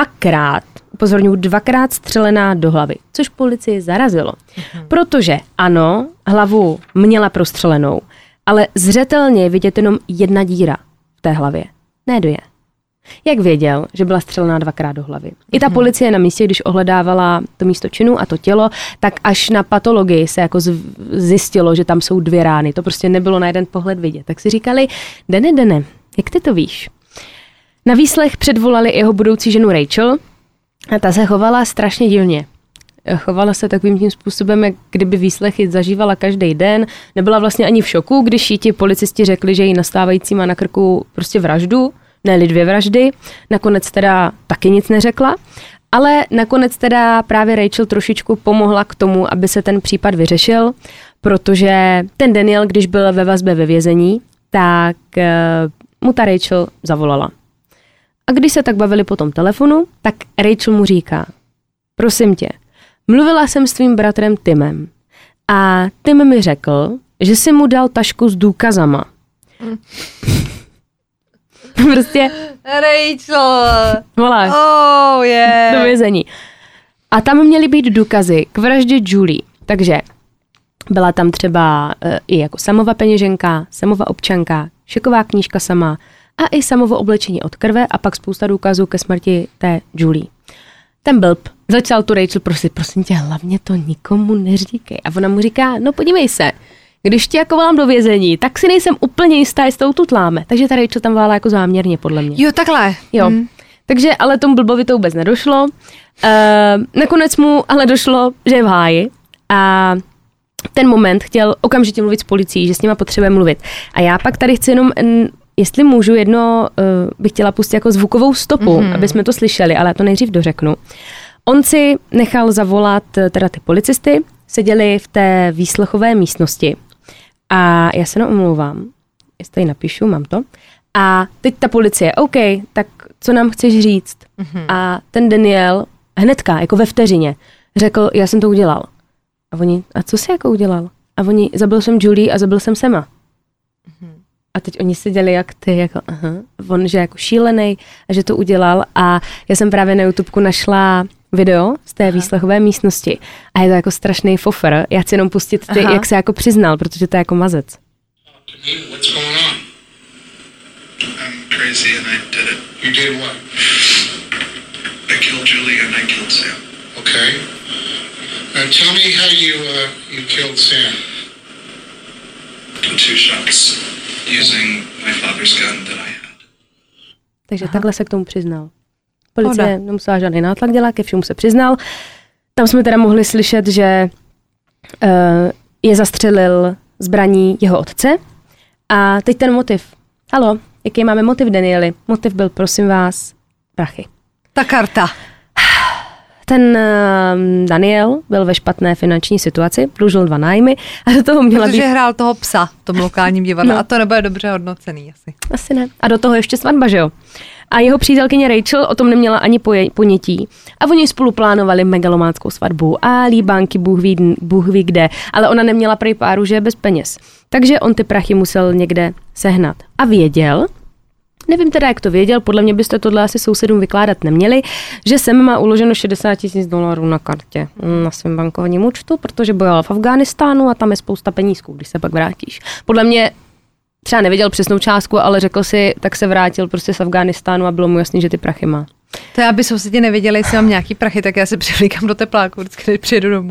dvakrát střelená do hlavy, což policii zarazilo. Protože ano, hlavu měla prostřelenou, ale zřetelně je vidět jenom jedna díra v té hlavě, ne dvě. Jak věděl, že byla střelená dvakrát do hlavy. I ta policie na místě, když ohledávala to místo činu a to tělo, tak až na patologii se jako zjistilo, že tam jsou dvě rány. To prostě nebylo na jeden pohled vidět. Tak si říkali, Dane, jak ty to víš? Na výslech předvolali jeho budoucí ženu Rachel a ta se chovala strašně divně. Chovala se takovým tím způsobem, jak kdyby výslechy zažívala každý den. Nebyla vlastně ani v šoku, když jí ti policisti řekli, že jí nastávající má na krku prostě vraždu, ne 2 vraždy. Nakonec teda taky nic neřekla, ale nakonec teda právě Rachel trošičku pomohla k tomu, aby se ten případ vyřešil, protože ten Daniel, když byl ve vazbě ve vězení, tak mu ta Rachel zavolala. A když se tak bavili po tom telefonu, tak Rachel mu říká, prosím tě, mluvila jsem s tvým bratrem Timem a Tim mi řekl, že si mu dal tašku s důkazama. Prostě Rachel. Voláš. Oh, yeah. Do vězení. A tam měly být důkazy k vraždě Julie. Takže byla tam třeba i jako Samova peněženka, Samova občanka, šeková knížka Sama a i Samovo oblečení od krve a pak spousta důkazů ke smrti té Julie. Ten blb začal tu Rachel prosit, prosím tě, hlavně to nikomu neříkej. A ona mu říká, no podívej se, když tě jako volám do vězení, tak si nejsem úplně jistá, jestli to tutláme. Takže ta Rachel tam volala jako záměrně, podle mě. Jo, takhle. Jo. Takže ale tomu blbovi to vůbec nedošlo. Nakonec mu ale došlo, že je v háji a ten moment chtěl okamžitě mluvit s policií, že s nima potřebuje mluvit. A já pak tady chci jenom, jestli můžu, bych chtěla pustit jako zvukovou stopu, aby jsme to slyšeli, ale já to nejdřív dořeknu. On si nechal zavolat teda ty policisty, seděli v té výslechové místnosti a já se omlouvám, jestli tady napíšu, mám to. A teď ta policie, OK, tak co nám chceš říct? A ten Daniel hnedka, jako ve vteřině, řekl, já jsem to udělal. A oni, a co jsi jako udělal? A oni, zabil jsem Julie a zabil jsem Sama. A teď oni seděli jak ty, jako on, že jako šílenej a že to udělal. A já jsem právě na YouTubeku našla video z té výslechové místnosti. A je to jako strašný fofer. Já chci jenom pustit ty, jak se jako přiznal, protože to je jako mazec. What's going on? I'm crazy and I did it. You did what? I killed Julie and I killed Sam. Okay. Tell me how you killed Sam. 2 shots using my father's gun that I had. Takže takhle se k tomu přiznal. Policie nemusela žádný nátlak dělat, ke všemu se přiznal. Tam jsme teda mohli slyšet, že je zastřelil zbraní jeho otce. A teď ten motiv. Halo, jaký máme motiv, Danieli? Motiv byl, prosím vás, prachy. Ta karta. Ten Daniel byl ve špatné finanční situaci, dlužil 2 nájmy a do toho měla Protože hrál toho psa v tom lokálním divadle a to nebude dobře hodnocený asi. Asi ne. A do toho ještě svatba, že jo? A jeho přítelkyně Rachel o tom neměla ani ponětí. A oni spolu plánovali megalománskou svatbu a líbánky Bůh ví kde. Ale ona neměla prý páru, že je bez peněz. Takže on ty prachy musel někde sehnat. A věděl, nevím teda, jak to věděl, podle mě byste tohle asi sousedům vykládat neměli, že Sam má uloženo $60,000 na kartě na svém bankovním účtu, protože bojoval v Afghánistánu a tam je spousta penízků, když se pak vrátíš. Podle mě třeba nevěděl přesnou částku, ale řekl si, tak se vrátil prostě z Afghánistánu a bylo mu jasný, že ty prachy má. To aby sousedé nevěděli, jestli mám nějaký prachy, tak já se převlíkám do tepláku, vždycky, když přijedu domů.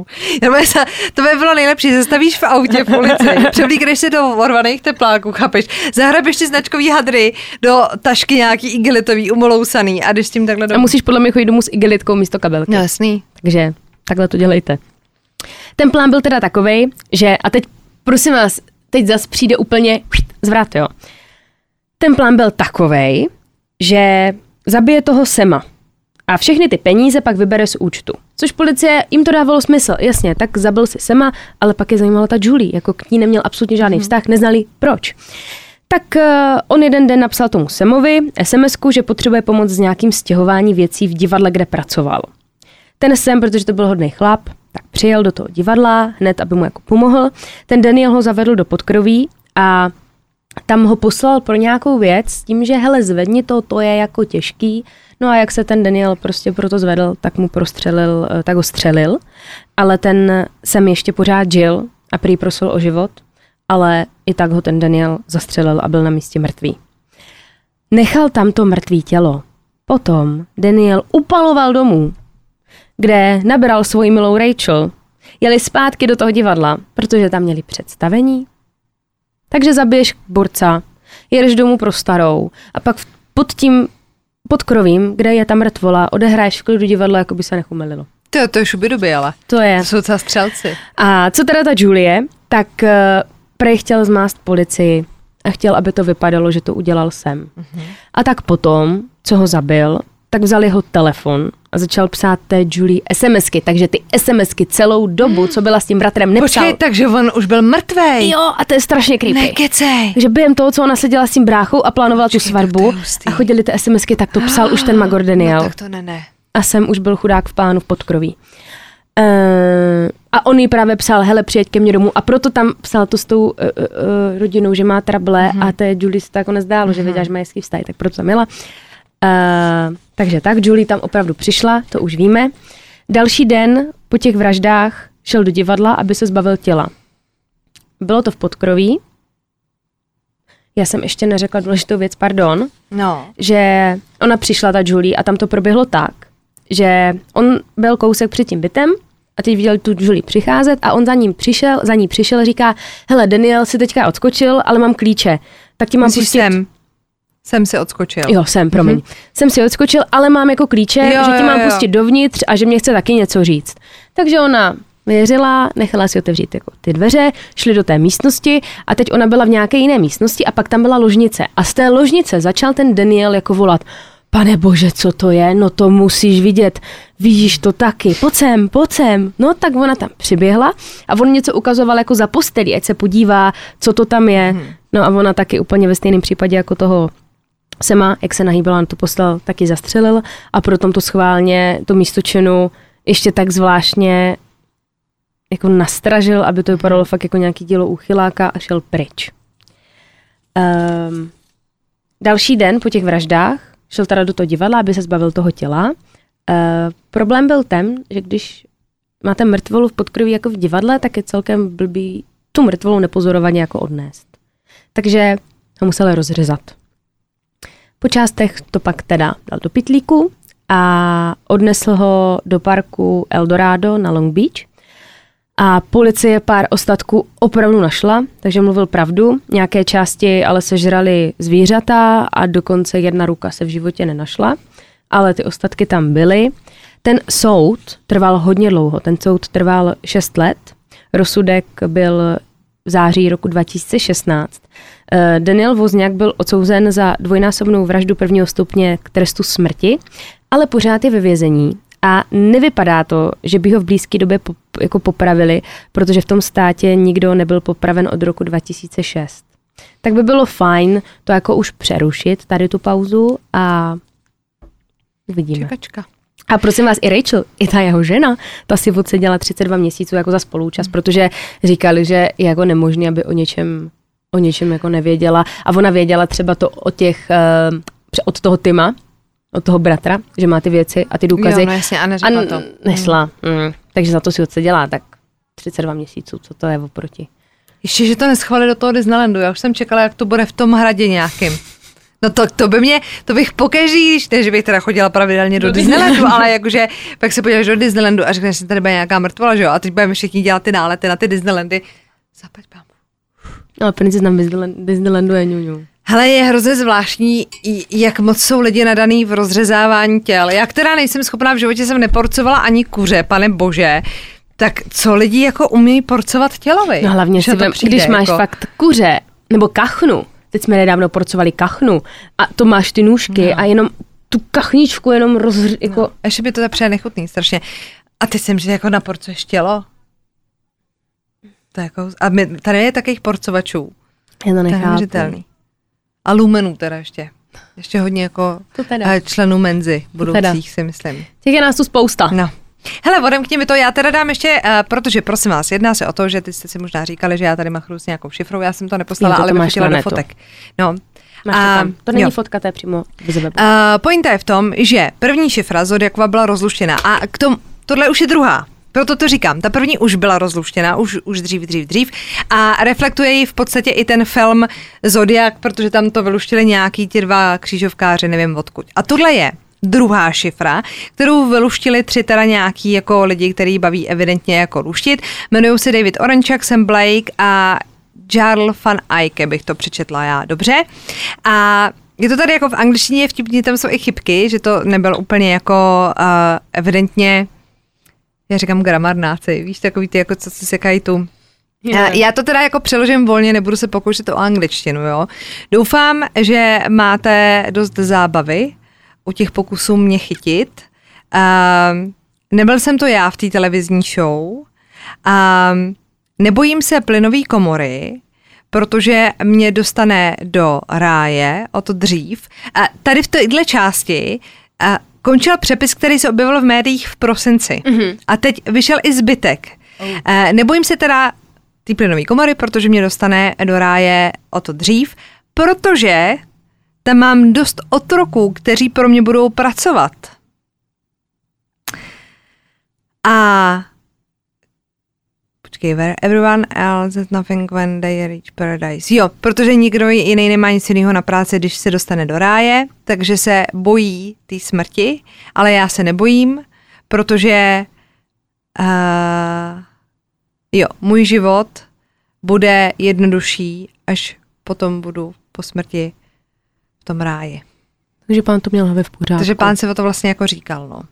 To by bylo nejlepší, zastavíš v autě v ulici, převlíkneš se do orvaných tepláků, chápeš, zahrabeš ty značkový hadry do tašky nějaký igelitový, umolousaný a jdeš s tím takhle domů. A musíš podle mě chodit domů s igelitkou místo kabelky. No, jasný. Takže takhle to dělejte. Ten plán byl teda takovej, že, a teď prosím vás, teď zas přijde úplně zvrat, jo. Ten plán byl takovej, že zabije toho Sama a všechny ty peníze pak vybere z účtu. Což policie, jim to dávalo smysl, jasně, tak zabil si Sama, ale pak je zajímala ta Julie, jako k ní neměl absolutně žádný vztah, neznali proč. Tak on jeden den napsal tomu Samovi SMS-ku, že potřebuje pomoct s nějakým stěhování věcí v divadle, kde pracoval. Ten Sam, protože to byl hodný chlap, tak přijel do toho divadla, hned, aby mu jako pomohl. Ten Daniel ho zavedl do podkroví a tam ho poslal pro nějakou věc s tím, že hele, zvedni to je jako těžký. No a jak se ten Daniel prostě proto zvedl, tak mu tak ho střelil. Ale ten Sam ještě pořád žil a prý prosil o život, ale i tak ho ten Daniel zastřelil a byl na místě mrtvý. Nechal tam to mrtvý tělo. Potom Daniel upaloval domů, kde nabral svoji milou Rachel. Jeli zpátky do toho divadla, protože tam měli představení. Takže zabiješ borca, jedeš domů pro starou a pak pod tím podkrovím, kde je ta mrtvola, odehráš v klidu divadlo, jako by se nechumelilo. To je šubiduby, ale. To jsou třeba střelci. A co teda ta Julie, tak prej chtěl zmást policii a chtěl, aby to vypadalo, že to udělal Sam. A tak potom, co ho zabil, tak vzal jeho telefon a začal psát té Julie SMSky, takže ty SMSky celou dobu, co byla s tím bratrem, nepsal. Počkej, takže on už byl mrtvej. Jo, a to je strašně creepy. Nekecej. Takže během toho, co ona seděla s tím bráchou a plánovala tu svatbu a chodili ty SMSky, tak to psal už ten Magor Daniel. No, tak to ne. A Sam už byl chudák v plánu v podkroví. A on jí právě psal, hele, přijeď ke mně domů. A proto tam psal to s tou rodinou, že má trable a té Julie se to jako nezdálo, že věděla, že má hezký vztah, tak proto tam jela. Takže tak, Julie tam opravdu přišla, to už víme. Další den po těch vraždách šel do divadla, aby se zbavil těla. Bylo to v podkroví. Já jsem ještě neřekla důležitou věc, pardon. No. Že ona přišla, ta Julie, a tam to proběhlo tak, že on byl kousek před tím bytem a teď viděl tu Julie přicházet a on za ní přišel a říká, hele, Daniel si teďka odskočil, ale mám klíče, tak ti mám pustit. Jsem si odskočil. Jo, promiň. Jsem si odskočil, ale mám jako klíče, že ti mám pustit dovnitř a že mě chce taky něco říct. Takže ona věřila, nechala si otevřít jako ty dveře, šli do té místnosti a teď ona byla v nějaké jiné místnosti a pak tam byla ložnice. A z té ložnice začal ten Daniel jako volat, pane bože, co to je? No to musíš vidět, vidíš to taky, pojď sem. No tak ona tam přiběhla a on něco ukazoval jako za postelí, ať se podívá, co to tam je. No a ona taky úplně ve stejném případě jako toho Sema, jak se nahýbala na tu postel, taky zastřelil a potom to schválně, tu místočinu ještě tak zvláštně jako nastražil, aby to vypadalo fakt jako nějaký dílo úchyláka a šel pryč. Další den po těch vraždách šel teda do toho divadla, aby se zbavil toho těla. Problém byl ten, že když máte mrtvolu v podkroví jako v divadle, tak je celkem blbý tu mrtvolu nepozorovaně jako odnést. Takže ho museli rozřezat. Po částech to pak teda dal do pytlíku a odnesl ho do parku Eldorado na Long Beach. A policie pár ostatků opravdu našla, takže mluvil pravdu. Nějaké části ale sežrali zvířata a dokonce jedna ruka se v životě nenašla, ale ty ostatky tam byly. Ten soud trval hodně dlouho, ten soud trval 6 let. Rozsudek byl v září roku 2016. Daniel Wozniak byl odsouzen za dvojnásobnou vraždu 1. stupně k trestu smrti, ale pořád je ve vězení. A nevypadá to, že by ho v blízké době jako popravili, protože v tom státě nikdo nebyl popraven od roku 2006. Tak by bylo fajn to jako už přerušit, tady tu pauzu a uvidíme. Čekačka. A prosím vás, i Rachel, i ta jeho žena, ta si odseděla 32 měsíců jako za spoluúčast, protože říkali, že je jako nemožné, aby o něčem jako nevěděla. A ona věděla třeba to od toho Tima, od toho bratra, že má ty věci a ty důkazy. Jo, no jasně, a neřekla to. Nesla. Takže za to si odseděla, tak 32 měsíců, co to je oproti. Ještě, že to neschválili do toho Disneylandu, já už jsem čekala, jak to bude v tom hradě nějakým. No to bych pokaždý, když ne, že bych teda chodila pravidelně do Disneylandu, ale jakože pak se podíváš do Disneylandu a řekneš, že tady bude nějaká mrtvola, že jo? A teď budeme všichni dělat ty nálety na ty Disneylandy. Zaplať pámu. No, princezna Disneylandu je ňuňu. Hele, je hrozně zvláštní, jak moc jsou lidi nadaný v rozřezávání těl. Já která nejsem schopná, v životě jsem neporcovala ani kuře, pane bože, tak co lidi jako umí porcovat tělovi? No hlavně si když máš fakt kuře nebo kachnu, teď jsme nedávno porcovali kachnu a to máš ty nůžky a jenom tu kachničku jenom jako... No, ještě by to zapřijde nechutný strašně. A teď jsem, že jako naporcuješ tělo. To jako, a tady je takových porcovačů. Já to nechápu. A lumenů teda ještě. Ještě hodně jako členů Menzy budoucích si myslím. Těch je nás tu spousta. No. Hele, odemkni mi to, já teda dám ještě, protože prosím vás, jedná se o to, že ty jste si možná říkali, že já tady machru s nějakou šifrou, já jsem to neposlala, ale bych chtěla do fotek. No. Máš to tam. To není fotka, to je přímo z webu. Pointa je v tom, že první šifra Zodiakova byla rozluštěna a k tomu, tohle už je druhá. Proto to říkám, ta první už byla rozluštěna, už dřív a reflektuje ji v podstatě i ten film Zodiak, protože tam to vyluštili nějaký ti 2 křížovkáři, nevím odkud. A tohle je druhá šifra, kterou vyluštili 3 teda nějaký jako lidi, který baví evidentně jako luštit. Jmenují se David Orenčak, Sam Blake a Jarl van Eyck, bych to přečetla já dobře. A je to tady jako v angličtině vtipně, tam jsou i chybky, že to nebyl úplně jako evidentně, já říkám gramarnáci, víš, takový ty, jako co si sekají tu. Já to teda jako přeložím volně, nebudu se pokoušet o angličtinu, jo. Doufám, že máte dost zábavy u těch pokusů mě chytit. Nebyl jsem to já v té televizní show. Nebojím se plynový komory, protože mě dostane do ráje o to dřív. Tady v téhle části končil přepis, který se objevil v médiích v prosinci. Mm-hmm. A teď vyšel i zbytek. Nebojím se teda ty plynové komory, protože mě dostane do ráje o to dřív, protože tam mám dost otroků, kteří pro mě budou pracovat. Počkej, where everyone else has nothing when they reach paradise. Jo, protože nikdo jiný nemá nic jiného na práci, když se dostane do ráje, takže se bojí té smrti, ale já se nebojím, protože můj život bude jednodušší, až potom budu po smrti v tom ráji. Takže pán to měl hlavě v pořádku. Takže pán se o to vlastně jako říkal, no.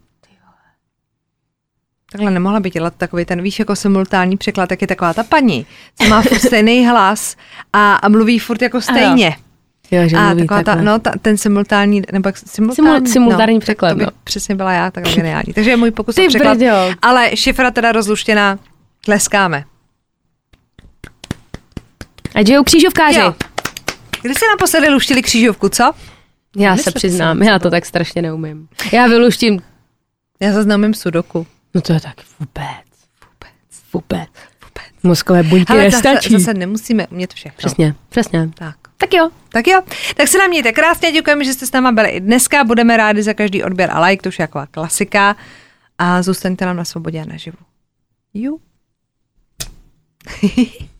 Takhle nemohla by dělat takový ten, víš, jako simultánní překlad, tak je taková ta paní, co má furt stejný hlas a mluví furt jako stejně. Jo, že a taková ten simultánní, nebo simultánní překlad, to by přesně byla já, takhle geniální. Takže je můj pokus o překlad, ale šifra teda rozluštěná, tleskáme. Ať žijou křížovkáři. Jo. Kdy se naposledy luštili křížovku, co? Já se přiznám, já to tak strašně neumím. Já vyluštím. Já zase neumím sudoku. No to je tak vůbec. Mozkové buňky nestačí. Zase nemusíme umět všechno. Přesně. Tak jo. Tak se nám mějte krásně, děkujeme, že jste s náma byli i dneska. Budeme rádi za každý odběr a like, to už je jako klasika. A zůstaňte nám na svobodě a naživu.